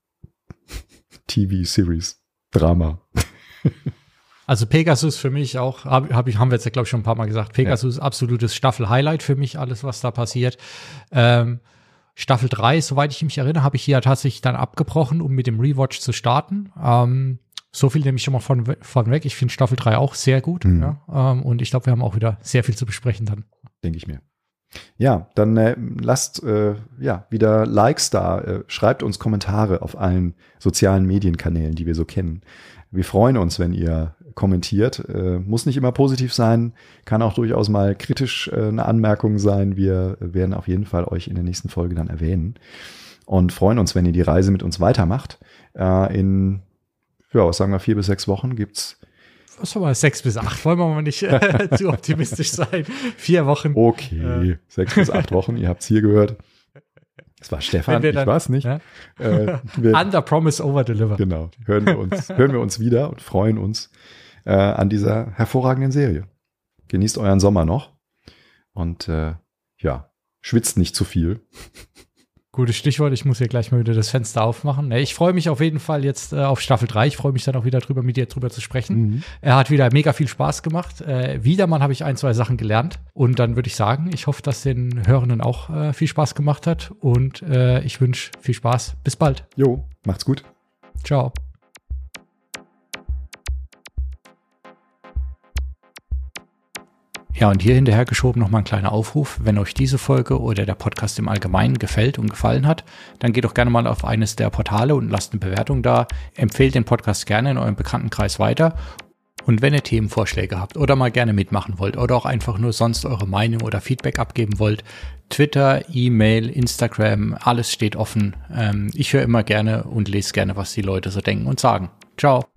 TV-Series, Drama. Also Pegasus für mich auch, haben wir jetzt ja, glaube ich, schon ein paar Mal gesagt, Pegasus absolutes Staffel-Highlight für mich, alles, was da passiert. Staffel 3, soweit ich mich erinnere, habe ich hier tatsächlich dann abgebrochen, um mit dem Rewatch zu starten. So viel nehme ich schon mal von weg. Ich finde Staffel 3 auch sehr gut. Und ich glaube, wir haben auch wieder sehr viel zu besprechen dann. Denke ich mir. Ja, dann lasst wieder Likes da, schreibt uns Kommentare auf allen sozialen Medienkanälen, die wir so kennen. Wir freuen uns, wenn ihr kommentiert. Muss nicht immer positiv sein, kann auch durchaus mal kritisch eine Anmerkung sein. Wir werden auf jeden Fall euch in der nächsten Folge dann erwähnen und freuen uns, wenn ihr die Reise mit uns weitermacht. In 4 bis 6 Wochen gibt's. Was haben wir? 6 bis 8, wollen wir mal nicht zu optimistisch sein. 4 Wochen. Okay, 6 bis 8 Wochen, ihr habt's hier gehört. Das war Stefan, ich war's nicht. Ja? Under promise, over deliver. Genau, hören wir uns wieder und freuen uns an dieser hervorragenden Serie. Genießt euren Sommer noch und schwitzt nicht zu viel. Gutes Stichwort, ich muss hier gleich mal wieder das Fenster aufmachen. Ich freue mich auf jeden Fall jetzt auf Staffel 3. Ich freue mich dann auch wieder mit dir drüber zu sprechen. Er hat wieder mega viel Spaß gemacht. Wieder mal habe ich 1, 2 Sachen gelernt. Und dann würde ich sagen, ich hoffe, dass den Hörenden auch viel Spaß gemacht hat. Und ich wünsche viel Spaß. Bis bald. Jo, macht's gut. Ciao. Ja, und hier hinterher geschoben nochmal ein kleiner Aufruf. Wenn euch diese Folge oder der Podcast im Allgemeinen gefällt und gefallen hat, dann geht doch gerne mal auf eines der Portale und lasst eine Bewertung da. Empfehlt den Podcast gerne in eurem Bekanntenkreis weiter. Und wenn ihr Themenvorschläge habt oder mal gerne mitmachen wollt oder auch einfach nur sonst eure Meinung oder Feedback abgeben wollt, Twitter, E-Mail, Instagram, alles steht offen. Ich höre immer gerne und lese gerne, was die Leute so denken und sagen. Ciao.